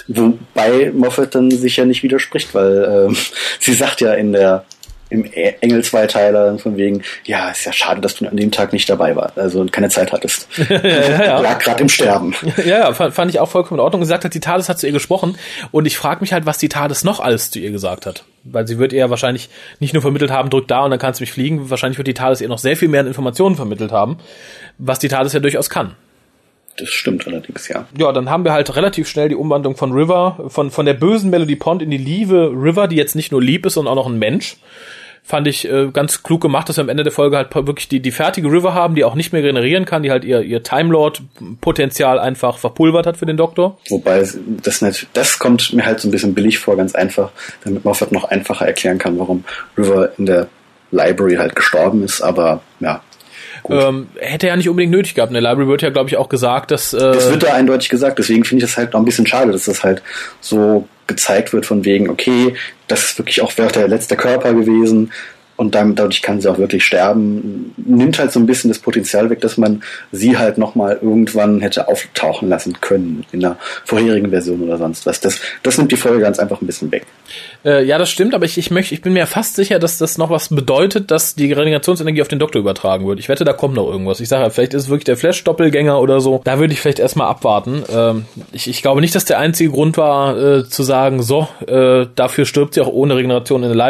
Wobei Moffat dann sich ja nicht widerspricht, weil ähm, sie sagt ja in der im Engel-Zweiteiler von wegen, ja, ist ja schade, dass du an dem Tag nicht dabei warst, also keine Zeit hattest. ja, ja, ja. Lag gerade im Sterben. Ja, ja, fand, fand ich auch vollkommen in Ordnung. Sie sagt hat, die TARDIS hat zu ihr gesprochen und ich frage mich halt, was die TARDIS noch alles zu ihr gesagt hat. Weil sie wird ihr ja wahrscheinlich nicht nur vermittelt haben, drück da und dann kannst du mich fliegen. Wahrscheinlich wird die TARDIS ihr noch sehr viel mehr an Informationen vermittelt haben, was die TARDIS ja durchaus kann. Das stimmt allerdings, ja. Ja, dann haben wir halt relativ schnell die Umwandlung von River, von, von der bösen Melody Pond in die liebe River, die jetzt nicht nur lieb ist, sondern auch noch ein Mensch. Fand ich äh, ganz klug gemacht, dass wir am Ende der Folge halt wirklich die, die fertige River haben, die auch nicht mehr generieren kann, die halt ihr, ihr Time Lord-Potenzial einfach verpulvert hat für den Doktor. Wobei, das, nicht, das kommt mir halt so ein bisschen billig vor, ganz einfach, damit Moffat noch einfacher erklären kann, warum River in der Library halt gestorben ist, aber ja. Ähm, hätte er ja nicht unbedingt nötig gehabt. In der Library wird ja, glaube ich, auch gesagt, dass... Äh das wird da eindeutig gesagt, deswegen finde ich das halt noch ein bisschen schade, dass das halt so gezeigt wird von wegen, okay, das ist wirklich auch der letzte Körper gewesen und damit, dadurch kann sie auch wirklich sterben. Nimmt halt so ein bisschen das Potenzial weg, dass man sie halt nochmal irgendwann hätte auftauchen lassen können in der vorherigen Version oder sonst was. Das, das nimmt die Folge ganz einfach ein bisschen weg. Äh, ja, das stimmt, aber ich, ich möchte, ich bin mir fast sicher, dass das noch was bedeutet, dass die Regenerationsenergie auf den Doktor übertragen wird. Ich wette, da kommt noch irgendwas. Ich sage ja, vielleicht ist es wirklich der Flash-Doppelgänger oder so. Da würde ich vielleicht erstmal abwarten. Ähm, ich, ich glaube nicht, dass der einzige Grund war, äh, zu sagen, so, äh, dafür stirbt sie auch ohne Regeneration in der Library.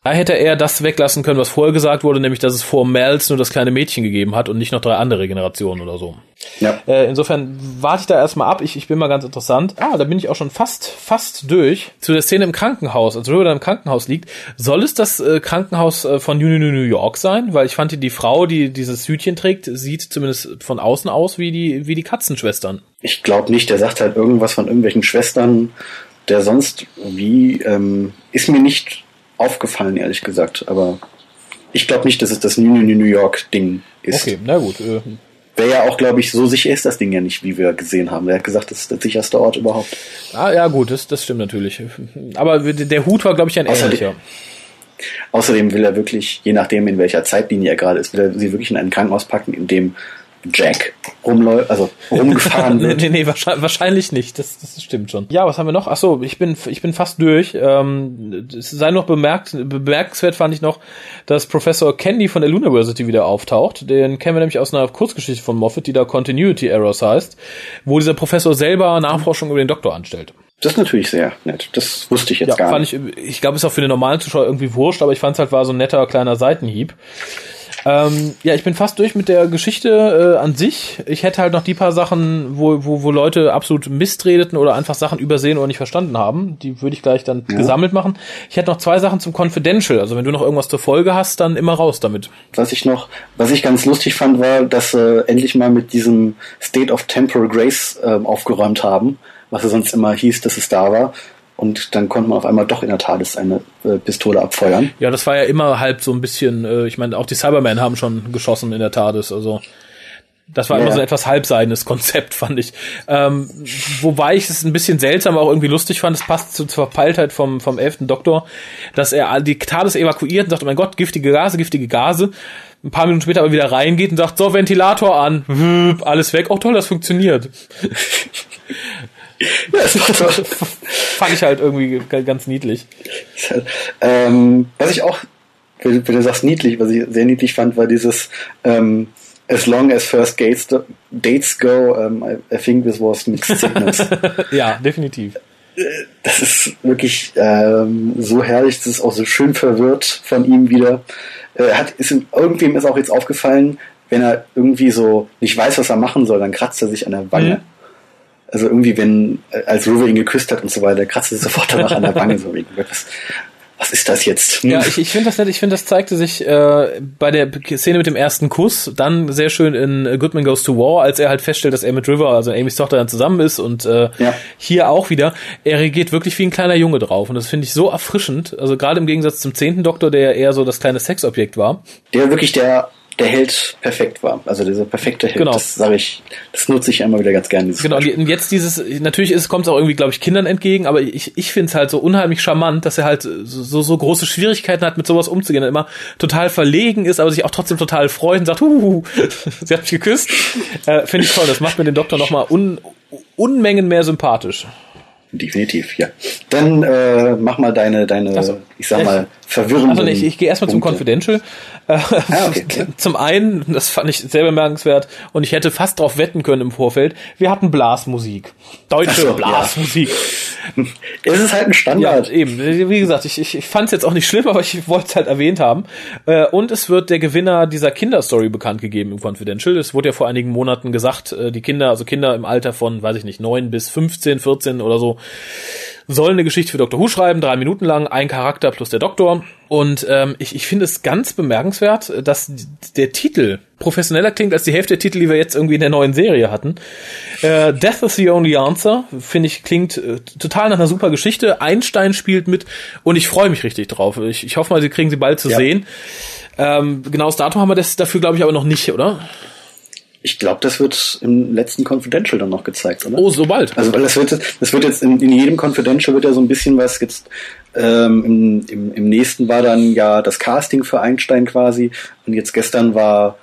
Da hätte er das weglassen können, was vorher gesagt wurde, nämlich, dass es vor Miles nur das kleine Mädchen gegeben hat und nicht noch drei andere Generationen oder so. Ja. Äh, insofern warte ich da erstmal ab. Ich, ich bin mal ganz interessant. Ah, da bin ich auch schon fast, fast durch. Zu der Szene im Krankenhaus, als River da im Krankenhaus liegt. Soll es das äh, Krankenhaus äh, von New, New, New York sein? Weil ich fand, die, die Frau, die dieses Hütchen trägt, sieht zumindest von außen aus wie die, wie die Katzenschwestern. Ich glaube nicht. Der sagt halt irgendwas von irgendwelchen Schwestern, der sonst wie, ähm, ist mir nicht aufgefallen, ehrlich gesagt. Aber ich glaube nicht, dass es das New, New, New York Ding ist. Okay, na gut. Äh, Wer ja auch, glaube ich, so sicher ist das Ding ja nicht, wie wir gesehen haben. Er hat gesagt, das ist der sicherste Ort überhaupt. Ah, ja gut, das, das stimmt natürlich. Aber der Hut war, glaube ich, ein ähnlicher. Außerdem will er wirklich, je nachdem, in welcher Zeitlinie er gerade ist, will er sie wirklich in ein Krankenhaus packen, in dem Jack rumläuft, also rumgefahren wird. nee, nee, wahrscheinlich, wahrscheinlich nicht. Das, das stimmt schon. Ja, was haben wir noch? Ach so, ich bin, ich bin fast durch. Ähm, es sei noch bemerkt, bemerkenswert fand ich noch, dass Professor Candy von der Luniversity wieder auftaucht. Den kennen wir nämlich aus einer Kurzgeschichte von Moffat, die da Continuity Errors heißt, wo dieser Professor selber Nachforschung über den Doktor anstellt. Das ist natürlich sehr nett. Das wusste ich jetzt ja, gar fand nicht. Ich, ich glaube, ist auch für den normalen Zuschauer irgendwie wurscht, aber ich fand es halt war so ein netter kleiner Seitenhieb. Ähm, ja, ich bin fast durch mit der Geschichte äh, an sich. Ich hätte halt noch die paar Sachen, wo, wo, wo Leute absolut Mist redeten oder einfach Sachen übersehen oder nicht verstanden haben. Die würde ich gleich dann ja. gesammelt machen. Ich hätte noch zwei Sachen zum Confidential. Also wenn du noch irgendwas zur Folge hast, dann immer raus damit. Was ich noch, was ich ganz lustig fand, war, dass äh, endlich mal mit diesem State of Temporal Grace äh, aufgeräumt haben, was ja sonst immer hieß, dass es da war. Und dann konnte man auf einmal doch in der TARDIS eine äh, Pistole abfeuern. Ja, das war ja immer halb so ein bisschen, äh, ich meine, auch die Cybermen haben schon geschossen in der TARDIS, also das war ja. immer so ein etwas halbseidenes Konzept, fand ich. Ähm, wobei ich es ein bisschen seltsam, aber auch irgendwie lustig fand, es passt zur Verpeiltheit vom, vom elften Doktor, dass er die TARDIS evakuiert und sagt, oh mein Gott, giftige Gase, giftige Gase. Ein paar Minuten später aber wieder reingeht und sagt, so, Ventilator an, Wüpp, alles weg. Oh toll, das funktioniert. Ja, das fand ich halt irgendwie ganz niedlich. Ähm, was ich auch, wenn du sagst niedlich, was ich sehr niedlich fand, war dieses ähm, As long as first dates, dates go, um, I, I think this was mixed signals. Ja, definitiv. Das ist wirklich ähm, so herrlich, das ist auch so schön verwirrt von ihm wieder. Er hat, ist, irgendwem ist auch jetzt aufgefallen, wenn er irgendwie so nicht weiß, was er machen soll, dann kratzt er sich an der Wange. Mhm. Also irgendwie, wenn, als River ihn geküsst hat und so weiter, kratzt er sofort danach an der Wange. So, was, was ist das jetzt? Ja, ich, ich finde das nett. Ich finde, das zeigte sich äh, bei der Szene mit dem ersten Kuss dann sehr schön in Goodman Goes to War, als er halt feststellt, dass er mit River, also Amys Tochter, dann zusammen ist und äh, ja. hier auch wieder. Er reagiert wirklich wie ein kleiner Junge drauf und das finde ich so erfrischend. Also gerade im Gegensatz zum zehnten Doktor, der eher so das kleine Sexobjekt war. Der wirklich der der Held perfekt war. Also dieser perfekte Held, genau. Das sage ich, das nutze ich einmal wieder ganz gerne. Dieses genau, und jetzt dieses, natürlich ist, kommt es auch irgendwie, glaube ich, Kindern entgegen, aber ich, ich finde es halt so unheimlich charmant, dass er halt so, so große Schwierigkeiten hat, mit sowas umzugehen, er immer total verlegen ist, aber sich auch trotzdem total freut und sagt, huhuhu, sie hat mich geküsst. Äh, finde ich toll, das macht mir den Doktor nochmal un, Unmengen mehr sympathisch. Definitiv, ja. Dann äh, mach mal deine, deine so. ich sag mal, verwirrenden Also ich, ich gehe erstmal zum Confidential. Äh, ah, okay, ja. Zum einen, das fand ich sehr bemerkenswert und ich hätte fast drauf wetten können im Vorfeld, wir hatten Blasmusik. Deutsche so, Blasmusik. Ja. Es ist halt ein Standard. Ja, eben. Wie gesagt, ich, ich, ich fand es jetzt auch nicht schlimm, aber ich wollte es halt erwähnt haben. Äh, und es wird der Gewinner dieser Kinderstory bekannt gegeben im Confidential. Es wurde ja vor einigen Monaten gesagt, äh, die Kinder, also Kinder im Alter von, weiß ich nicht, neun bis fünfzehn, vierzehn oder so, sollen eine Geschichte für Doctor Who schreiben, drei Minuten lang, ein Charakter plus der Doktor. Und ähm, ich, ich finde es ganz bemerkenswert, dass der Titel professioneller klingt als die Hälfte der Titel, die wir jetzt irgendwie in der neuen Serie hatten. Äh, Death is the Only Answer, finde ich, klingt äh, total nach einer super Geschichte. Einstein spielt mit und ich freue mich richtig drauf. Ich, ich hoffe mal, sie kriegen sie bald zu ja. sehen. Ähm, genaues Datum haben wir das dafür, glaube ich, aber noch nicht, oder? Ich glaube, das wird im letzten Confidential dann noch gezeigt, oder? Oh, so bald. Also, weil das wird, das wird jetzt in, in jedem Confidential wird ja so ein bisschen was jetzt, ähm, im, im, im nächsten war dann ja das Casting für Einstein quasi und jetzt gestern war,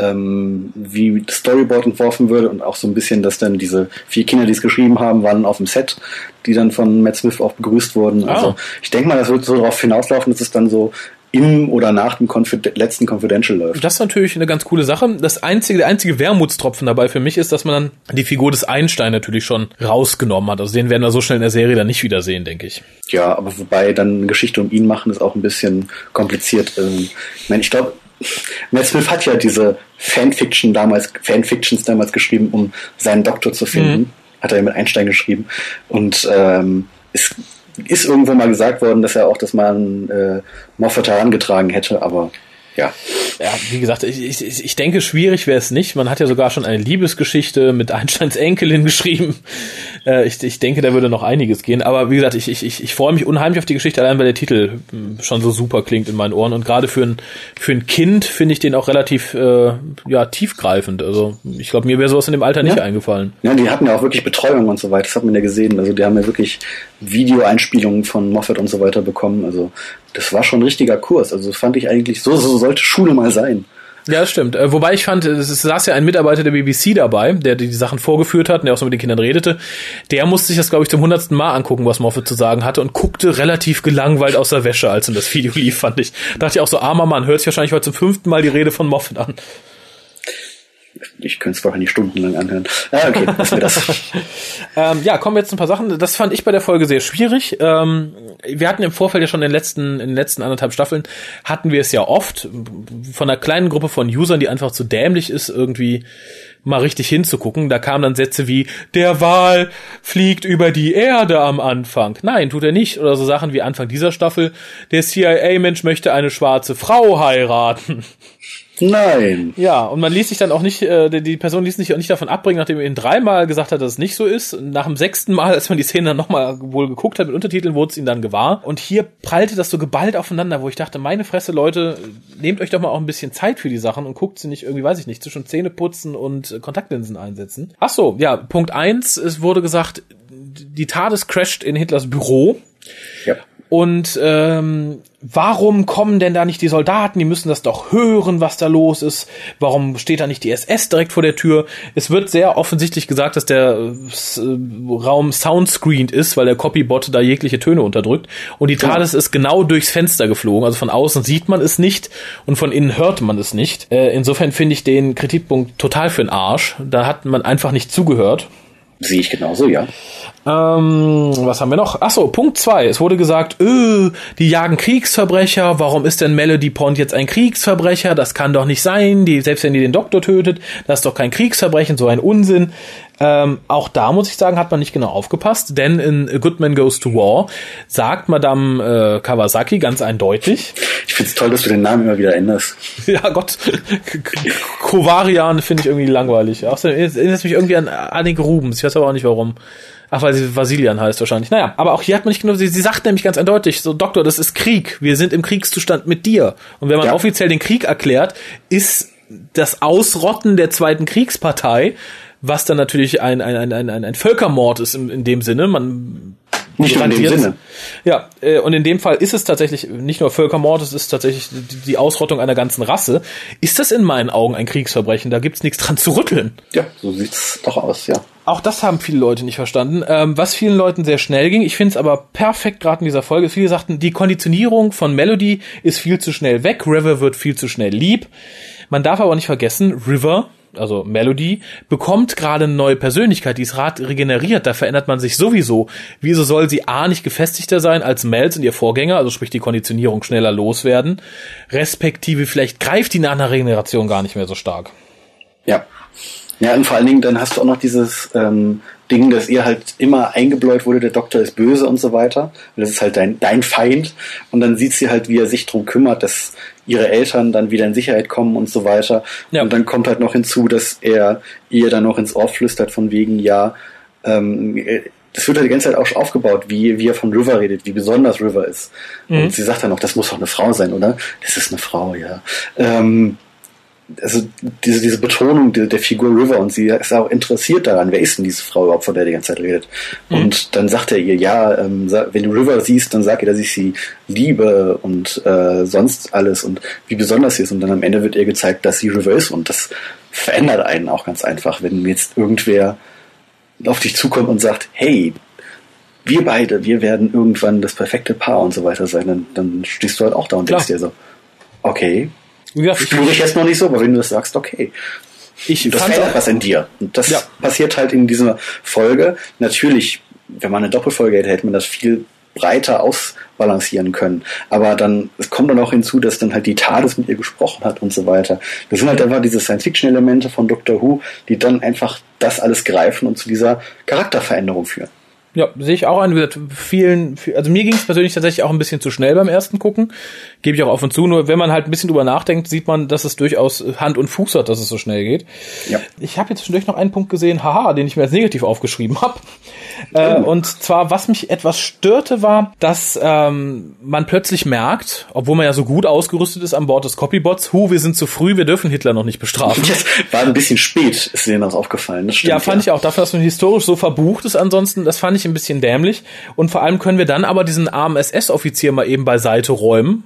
ähm, wie das Storyboard entworfen würde und auch so ein bisschen, dass dann diese vier Kinder, die es geschrieben haben, waren auf dem Set, die dann von Matt Smith auch begrüßt wurden. Oh. Also, ich denke mal, das wird so darauf hinauslaufen, dass es dann so im oder nach dem Confid- letzten Confidential läuft. Das ist natürlich eine ganz coole Sache. Das einzige, der einzige Wermutstropfen dabei für mich ist, dass man dann die Figur des Einstein natürlich schon rausgenommen hat. Also den werden wir so schnell in der Serie dann nicht wiedersehen, denke ich. Ja, aber wobei dann eine Geschichte um ihn machen, ist auch ein bisschen kompliziert. Ich meine, ich glaube, Matt Smith hat ja diese Fanfiction damals, Fanfictions damals geschrieben, um seinen Doktor zu finden. Mhm. Hat er ja mit Einstein geschrieben. Und ähm, es ist irgendwo mal gesagt worden, dass er auch das mal an äh, Moffat herangetragen hätte, aber ja. Ja, wie gesagt, ich, ich, ich denke, schwierig wäre es nicht. Man hat ja sogar schon eine Liebesgeschichte mit Einsteins Enkelin geschrieben. Äh, ich, ich denke, da würde noch einiges gehen. Aber wie gesagt, ich, ich, ich, ich freue mich unheimlich auf die Geschichte, allein weil der Titel schon so super klingt in meinen Ohren. Und gerade für ein, für ein Kind finde ich den auch relativ äh, ja, tiefgreifend. Also ich glaube, mir wäre sowas in dem Alter nicht ja. eingefallen. Ja, die hatten ja auch wirklich Betreuung und so weiter. Das hat man ja gesehen. Also die haben ja wirklich Videoeinspielungen von Moffat und so weiter bekommen. Also das war schon ein richtiger Kurs. Also das fand ich eigentlich, so, so sollte Schule mal sein. Ja, das stimmt. Wobei ich fand, es saß ja ein Mitarbeiter der B B C dabei, der die Sachen vorgeführt hat und der auch so mit den Kindern redete. Der musste sich das, glaube ich, zum hundertsten Mal angucken, was Moffat zu sagen hatte und guckte relativ gelangweilt aus der Wäsche, als ihm das Video lief, fand ich. Da dachte ich auch so, armer Mann, hört sich wahrscheinlich heute zum fünften Mal die Rede von Moffat an. Ich könnte es wahrscheinlich stundenlang anhören. Ah, okay, lassen wir das. ähm, ja, kommen wir jetzt zu ein paar Sachen. Das fand ich bei der Folge sehr schwierig. Ähm, wir hatten im Vorfeld ja schon in den letzten, in den letzten anderthalb Staffeln, hatten wir es ja oft von einer kleinen Gruppe von Usern, die einfach zu dämlich ist, irgendwie mal richtig hinzugucken. Da kamen dann Sätze wie, der Wal fliegt über die Erde am Anfang. Nein, tut er nicht. Oder so Sachen wie Anfang dieser Staffel, der C I A-Mensch möchte eine schwarze Frau heiraten. Nein. Ja, und man ließ sich dann auch nicht, äh, die Person ließ sich auch nicht davon abbringen, nachdem er ihn dreimal gesagt hat, dass es nicht so ist. Nach dem sechsten Mal, als man die Szene dann nochmal wohl geguckt hat mit Untertiteln, wurde es ihm dann gewahr. Und hier prallte das so geballt aufeinander, wo ich dachte, meine Fresse, Leute, nehmt euch doch mal auch ein bisschen Zeit für die Sachen und guckt sie nicht irgendwie, weiß ich nicht, zwischen Zähne putzen und äh, Kontaktlinsen einsetzen. Ach so, ja, Punkt eins, es wurde gesagt, die TARDIS crasht in Hitlers Büro. Ja. Und ähm, warum kommen denn da nicht die Soldaten? Die müssen das doch hören, was da los ist. Warum steht da nicht die S S direkt vor der Tür? Es wird sehr offensichtlich gesagt, dass der äh, Raum soundscreened ist, weil der Copybot da jegliche Töne unterdrückt. Und die TARDIS ist genau durchs Fenster geflogen. Also von außen sieht man es nicht und von innen hört man es nicht. Äh, insofern finde ich den Kritikpunkt total für den Arsch. Da hat man einfach nicht zugehört. Sehe ich genauso, ja. Ähm, was haben wir noch? Achso, Punkt zwei. Es wurde gesagt, öh, die jagen Kriegsverbrecher. Warum ist denn Melody Pond jetzt ein Kriegsverbrecher? Das kann doch nicht sein. Die, selbst wenn die den Doktor tötet, das ist doch kein Kriegsverbrechen, so ein Unsinn. Ähm, auch da, muss ich sagen, hat man nicht genau aufgepasst, denn in A Good Man Goes to War sagt Madame äh, Kawasaki ganz eindeutig. Ich find's toll, dass du den Namen immer wieder änderst. Ja, Gott. Kovarian finde ich irgendwie langweilig. Außerdem erinnert es mich irgendwie an Annik Rubens. Ich weiß aber auch nicht, warum. Ach, weil sie Vasilian heißt wahrscheinlich. Naja, aber auch hier hat man nicht genau, sie, sie sagt nämlich ganz eindeutig, so, Doktor, das ist Krieg. Wir sind im Kriegszustand mit dir. Und wenn man ja. offiziell den Krieg erklärt, ist das Ausrotten der zweiten Kriegspartei, was dann natürlich ein, ein, ein, ein, ein Völkermord ist in, in dem Sinne. Man Nicht nur in dem Sinne. Ja, äh, und in dem Fall ist es tatsächlich nicht nur Völkermord, es ist tatsächlich die, die Ausrottung einer ganzen Rasse. Ist das in meinen Augen ein Kriegsverbrechen? Da gibt's nichts dran zu rütteln. Ja, so sieht's doch aus, ja. Auch das haben viele Leute nicht verstanden, ähm, was vielen Leuten sehr schnell ging. Ich finde es aber perfekt gerade in dieser Folge. Viele sagten, die Konditionierung von Melody ist viel zu schnell weg, River wird viel zu schnell lieb. Man darf aber nicht vergessen, River, also Melody, bekommt gerade eine neue Persönlichkeit, die ist gerade regeneriert, da verändert man sich sowieso. Wieso soll sie A, nicht gefestigter sein als Mels und ihr Vorgänger, also sprich die Konditionierung schneller loswerden, respektive vielleicht greift die nach einer Regeneration gar nicht mehr so stark. Ja. Ja, und vor allen Dingen, dann hast du auch noch dieses ähm, Ding, dass ihr halt immer eingebläut wurde, der Doktor ist böse und so weiter. Und das ist halt dein, dein Feind. Und dann sieht sie halt, wie er sich drum kümmert, dass ihre Eltern dann wieder in Sicherheit kommen und so weiter. Ja. Und dann kommt halt noch hinzu, dass er ihr dann noch ins Ohr flüstert von wegen, ja, ähm, das wird halt die ganze Zeit auch aufgebaut, wie, wie er von River redet, wie besonders River ist. Mhm. Und sie sagt dann noch, das muss doch eine Frau sein, oder? Das ist eine Frau, ja. Ähm, also diese, diese Betonung der, der Figur River, und sie ist auch interessiert daran, wer ist denn diese Frau überhaupt, von der die ganze Zeit redet. Mhm. Und dann sagt er ihr, ja, ähm, wenn du River siehst, dann sag ihr, dass ich sie liebe und äh, sonst alles und wie besonders sie ist. Und dann am Ende wird ihr gezeigt, dass sie River ist, und das verändert einen auch ganz einfach, wenn jetzt irgendwer auf dich zukommt und sagt, hey, wir beide, wir werden irgendwann das perfekte Paar und so weiter sein, dann, dann stehst du halt auch da und Klar. denkst dir so, okay, ja, spüre ich jetzt noch nicht so, aber wenn du das sagst, okay. Ich das fand verändert was in dir. Und das ja. passiert halt in dieser Folge. Natürlich, wenn man eine Doppelfolge hätte, hätte man das viel breiter ausbalancieren können. Aber dann, es kommt dann auch hinzu, dass dann halt die TARDIS mit ihr gesprochen hat und so weiter. Das sind halt einfach diese Science-Fiction-Elemente von Doctor Who, die dann einfach das alles greifen und zu dieser Charakterveränderung führen. Ja, sehe ich auch an. Wie gesagt, vielen, also mir ging es persönlich tatsächlich auch ein bisschen zu schnell beim ersten Gucken. Gebe ich auch auf und zu. Nur wenn man halt ein bisschen drüber nachdenkt, sieht man, dass es durchaus Hand und Fuß hat, dass es so schnell geht. Ja. Ich habe jetzt zwischendurch noch einen Punkt gesehen, haha, den ich mir als negativ aufgeschrieben habe. Äh, oh. Und zwar, was mich etwas störte, war, dass ähm, man plötzlich merkt, obwohl man ja so gut ausgerüstet ist an Bord des Copybots, hu, wir sind zu früh, wir dürfen Hitler noch nicht bestrafen. Das war ein bisschen spät, ist denen das aufgefallen. Das stimmt, ja, fand ja. ich auch. Dafür, dass man historisch so verbucht ist ansonsten, das fand ich ein bisschen dämlich. Und vor allem können wir dann aber diesen armen S S-Offizier mal eben beiseite räumen.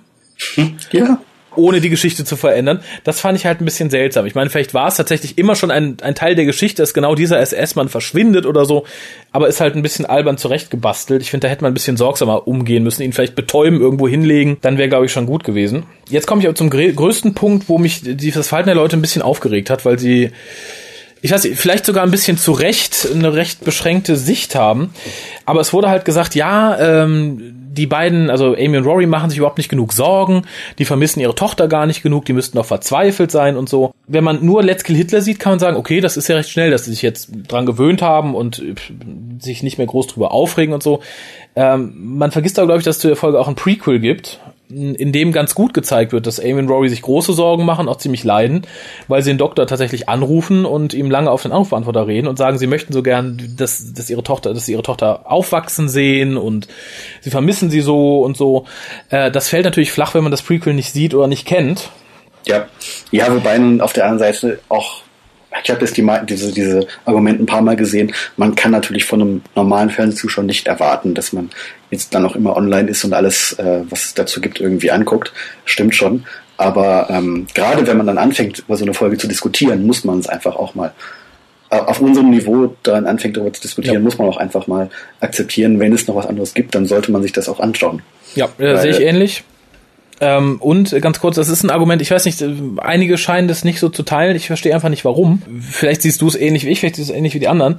Ja. Ohne die Geschichte zu verändern. Das fand ich halt ein bisschen seltsam. Ich meine, vielleicht war es tatsächlich immer schon ein, ein Teil der Geschichte, dass genau dieser S S-Mann verschwindet oder so, aber ist halt ein bisschen albern zurechtgebastelt. Ich finde, da hätte man ein bisschen sorgsamer umgehen müssen, ihn vielleicht betäuben, irgendwo hinlegen, dann wäre, glaube ich, schon gut gewesen. Jetzt komme ich aber zum grö- größten Punkt, wo mich das Verhalten der Leute ein bisschen aufgeregt hat, weil sie, ich weiß nicht, vielleicht sogar ein bisschen zu Recht eine recht beschränkte Sicht haben. Aber es wurde halt gesagt, ja, ähm, die beiden, also Amy und Rory, machen sich überhaupt nicht genug Sorgen, die vermissen ihre Tochter gar nicht genug, die müssten doch verzweifelt sein und so. Wenn man nur Let's Kill Hitler sieht, kann man sagen, okay, das ist ja recht schnell, dass sie sich jetzt dran gewöhnt haben und sich nicht mehr groß drüber aufregen und so. Ähm, man vergisst aber, glaube ich, dass es zu der Folge auch ein Prequel gibt, in dem ganz gut gezeigt wird, dass Amy und Rory sich große Sorgen machen, auch ziemlich leiden, weil sie den Doktor tatsächlich anrufen und ihm lange auf den Anrufbeantworter reden und sagen, sie möchten so gern, dass, dass ihre Tochter, dass sie ihre Tochter aufwachsen sehen und sie vermissen sie so und so. Äh, das fällt natürlich flach, wenn man das Prequel nicht sieht oder nicht kennt. Ja, ja, wobei nun auf der anderen Seite auch, ich habe jetzt die, diese, diese Argumente ein paar Mal gesehen, man kann natürlich von einem normalen Fernsehzuschauer nicht erwarten, dass man jetzt dann auch immer online ist und alles, äh, was es dazu gibt, irgendwie anguckt. Stimmt schon. Aber ähm, gerade wenn man dann anfängt, über so eine Folge zu diskutieren, muss man es einfach auch mal äh, auf unserem Niveau daran anfängt, darüber zu diskutieren, ja. muss man auch einfach mal akzeptieren, wenn es noch was anderes gibt, dann sollte man sich das auch anschauen. Ja, äh, sehe ich ähnlich. Ähm, und ganz kurz, das ist ein Argument, ich weiß nicht, einige scheinen das nicht so zu teilen, ich verstehe einfach nicht warum. Vielleicht siehst du es ähnlich wie ich, vielleicht siehst du es ähnlich wie die anderen.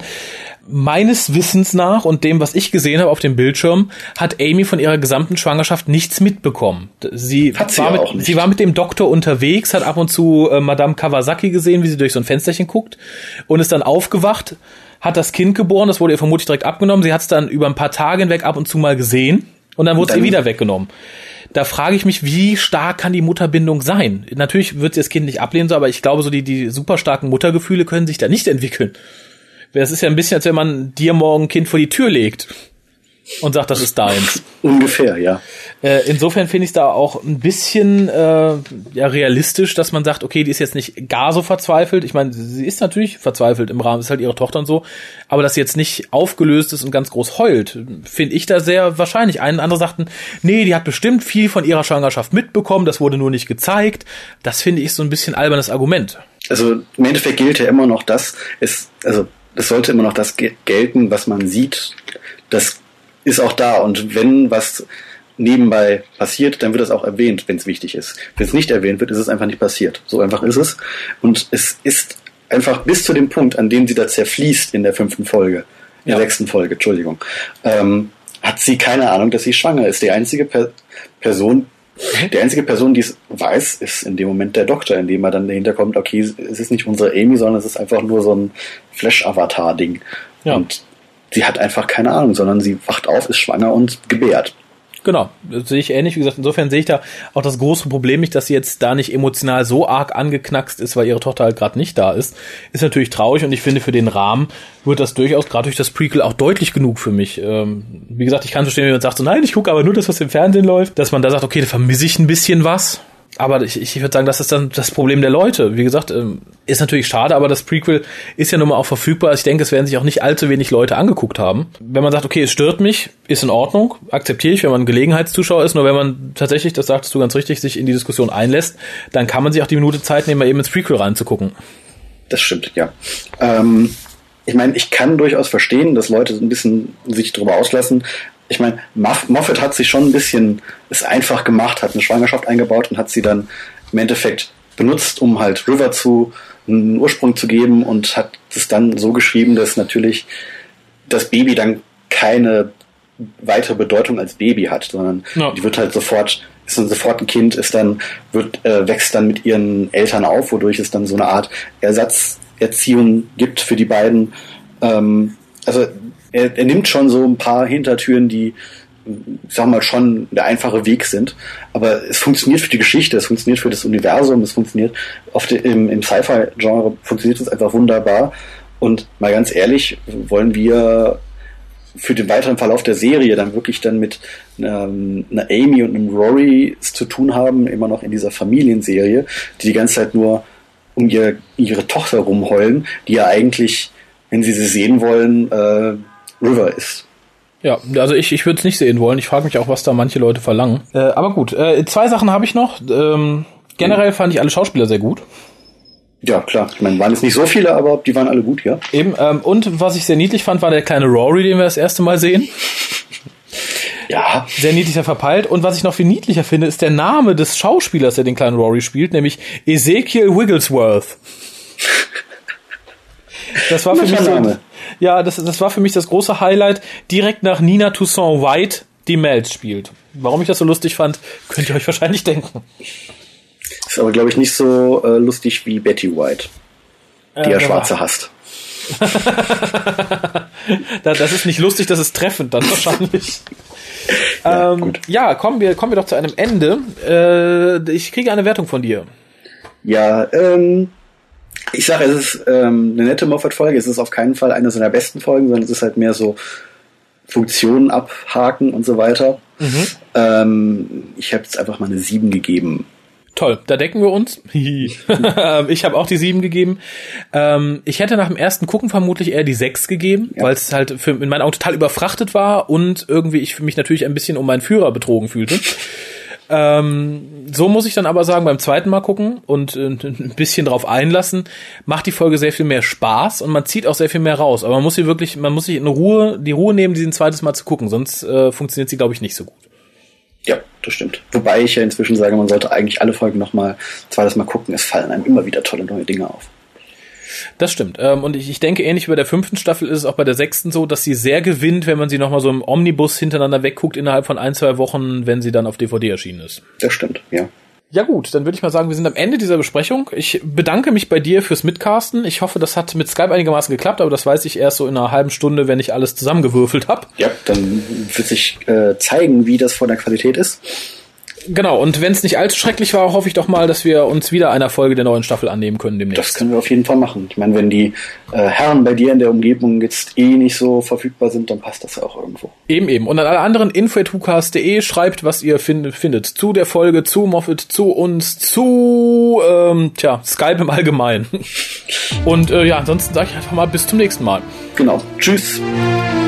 Meines Wissens nach und dem, was ich gesehen habe auf dem Bildschirm, hat Amy von ihrer gesamten Schwangerschaft nichts mitbekommen. Sie, hat sie war, mit, auch nicht. sie war mit dem Doktor unterwegs, hat ab und zu äh, Madame Kawasaki gesehen, wie sie durch so ein Fensterchen guckt und ist dann aufgewacht, hat das Kind geboren, das wurde ihr vermutlich direkt abgenommen, sie hat es dann über ein paar Tage hinweg ab und zu mal gesehen und dann wurde es ihr wieder weggenommen. Da frage ich mich, wie stark kann die Mutterbindung sein? Natürlich wird sie das Kind nicht ablehnen, so, aber ich glaube, so die, die super starken Muttergefühle können sich da nicht entwickeln. Das ist ja ein bisschen, als wenn man dir morgen ein Kind vor die Tür legt und sagt, das ist deins. Ungefähr, ja. Äh, insofern finde ich es da auch ein bisschen äh, ja, realistisch, dass man sagt, okay, die ist jetzt nicht gar so verzweifelt. Ich meine, sie ist natürlich verzweifelt im Rahmen, ist halt ihre Tochter und so, aber dass sie jetzt nicht aufgelöst ist und ganz groß heult, finde ich da sehr wahrscheinlich. Einen andere sagten, nee, die hat bestimmt viel von ihrer Schwangerschaft mitbekommen, das wurde nur nicht gezeigt. Das finde ich so ein bisschen albernes Argument. Also im Endeffekt gilt ja immer noch das, es, also es sollte immer noch das gelten, was man sieht, das ist auch da. Und wenn was nebenbei passiert, dann wird das auch erwähnt, wenn es wichtig ist. Wenn es nicht erwähnt wird, ist es einfach nicht passiert. So einfach ist es. Und es ist einfach bis zu dem Punkt, an dem sie da zerfließt in der fünften Folge, in ja. der sechsten Folge, Entschuldigung, ähm, hat sie keine Ahnung, dass sie schwanger ist. Die einzige per- Person, die einzige Person, die es weiß, ist in dem Moment der Doktor, in dem er dann dahinter kommt, okay, es ist nicht unsere Amy, sondern es ist einfach nur so ein Flash-Avatar-Ding. Ja. Und sie hat einfach keine Ahnung, sondern sie wacht auf, ist schwanger und gebärt. Genau, das sehe ich ähnlich. Wie gesagt, insofern sehe ich da auch das große Problem nicht, dass sie jetzt da nicht emotional so arg angeknackst ist, weil ihre Tochter halt gerade nicht da ist. Ist natürlich traurig und ich finde, für den Rahmen wird das durchaus, gerade durch das Prequel, auch deutlich genug für mich. Ähm, wie gesagt, ich kann verstehen, wenn man sagt so, nein, ich gucke aber nur das, was im Fernsehen läuft, dass man da sagt, okay, da vermisse ich ein bisschen was. Aber ich, ich würde sagen, das ist dann das Problem der Leute. Wie gesagt, ist natürlich schade, aber das Prequel ist ja nun mal auch verfügbar. Ich denke, es werden sich auch nicht allzu wenig Leute angeguckt haben. Wenn man sagt, okay, es stört mich, ist in Ordnung, akzeptiere ich, wenn man ein Gelegenheitszuschauer ist. Nur wenn man tatsächlich, das sagtest du ganz richtig, sich in die Diskussion einlässt, dann kann man sich auch die Minute Zeit nehmen, mal eben ins Prequel reinzugucken. Das stimmt, ja. Ähm, ich meine, ich kann durchaus verstehen, dass Leute ein bisschen sich drüber auslassen. Ich meine, Moffat hat sich schon ein bisschen es einfach gemacht, hat eine Schwangerschaft eingebaut und hat sie dann im Endeffekt benutzt, um halt River zu einen Ursprung zu geben und hat es dann so geschrieben, dass natürlich das Baby dann keine weitere Bedeutung als Baby hat, sondern ja. die wird halt sofort, ist dann sofort ein Kind, ist dann, wird, äh, wächst dann mit ihren Eltern auf, wodurch es dann so eine Art Ersatzerziehung gibt für die beiden. Ähm, also er, er nimmt schon so ein paar Hintertüren, die, ich sag mal, schon der einfache Weg sind, aber es funktioniert für die Geschichte, es funktioniert für das Universum, es funktioniert auf de, im, im Sci-Fi-Genre funktioniert es einfach wunderbar. Und mal ganz ehrlich, wollen wir für den weiteren Verlauf der Serie dann wirklich dann mit ähm, einer Amy und einem Rory zu tun haben, immer noch in dieser Familienserie, die die ganze Zeit nur um ihr, ihre Tochter rumheulen, die ja eigentlich, wenn sie sie sehen wollen, äh, River ist. Ja, also ich, ich würde es nicht sehen wollen. Ich frage mich auch, was da manche Leute verlangen. Äh, aber gut, äh, zwei Sachen habe ich noch. Ähm, generell fand ich alle Schauspieler sehr gut. Ja, klar. Ich meine, waren jetzt nicht so viele, aber die waren alle gut, ja. Eben. Ähm, und was ich sehr niedlich fand, war der kleine Rory, den wir das erste Mal sehen. Ja. Sehr niedlicher verpeilt. Und was ich noch viel niedlicher finde, ist der Name des Schauspielers, der den kleinen Rory spielt, nämlich Ezekiel Wigglesworth. Das war für mich so, ja, das, das war für mich das große Highlight, direkt nach Nina Toussaint White, die Melz spielt. Warum ich das so lustig fand, könnt ihr euch wahrscheinlich denken. Ist aber, glaube ich, nicht so äh, lustig wie Betty White, die äh, ja Schwarze hasst. Das ist nicht lustig, das ist treffend dann wahrscheinlich. ja, ähm, gut. ja, kommen wir, kommen wir doch zu einem Ende. Äh, ich kriege eine Wertung von dir. Ja, ähm, ich sage, es ist ähm, eine nette Moffat-Folge. Es ist auf keinen Fall eine seiner besten Folgen, sondern es ist halt mehr so Funktionen abhaken und so weiter. Mhm. Ähm, ich habe jetzt einfach mal eine sieben gegeben. Toll, da decken wir uns. Ich habe auch die sieben gegeben. Ähm, ich hätte nach dem ersten Gucken vermutlich eher die sechs gegeben, ja. weil es halt für, in meinen Augen total überfrachtet war und irgendwie ich mich natürlich ein bisschen um meinen Führer betrogen fühlte. ähm, so muss ich dann aber sagen, beim zweiten Mal gucken und äh, ein bisschen drauf einlassen, macht die Folge sehr viel mehr Spaß und man zieht auch sehr viel mehr raus. Aber man muss sie wirklich, man muss sich in Ruhe, die Ruhe nehmen, diesen zweites Mal zu gucken, sonst äh, funktioniert sie, glaube ich, nicht so gut. Ja, das stimmt. Wobei ich ja inzwischen sage, man sollte eigentlich alle Folgen nochmal zweites Mal gucken. Es fallen einem immer wieder tolle neue Dinge auf. Das stimmt. Und ich denke, ähnlich wie bei der fünften Staffel ist es auch bei der sechsten so, dass sie sehr gewinnt, wenn man sie nochmal so im Omnibus hintereinander wegguckt innerhalb von ein, zwei Wochen, wenn sie dann auf D V D erschienen ist. Das stimmt, ja. Ja gut, dann würde ich mal sagen, wir sind am Ende dieser Besprechung. Ich bedanke mich bei dir fürs Mitcasten. Ich hoffe, das hat mit Skype einigermaßen geklappt, aber das weiß ich erst so in einer halben Stunde, wenn ich alles zusammengewürfelt habe. Ja, dann wird sich äh, zeigen, wie das von der Qualität ist. Genau, und wenn es nicht allzu schrecklich war, hoffe ich doch mal, dass wir uns wieder einer Folge der neuen Staffel annehmen können demnächst. Das können wir auf jeden Fall machen. Ich meine, wenn die äh, Herren bei dir in der Umgebung jetzt eh nicht so verfügbar sind, dann passt das ja auch irgendwo. Eben, eben. Und an alle anderen, info at hucast punkt de, schreibt, was ihr find, findet zu der Folge, zu Moffat, zu uns, zu, ähm, tja, Skype im Allgemeinen. Und äh, ja, ansonsten sage ich einfach mal bis zum nächsten Mal. Genau. Tschüss.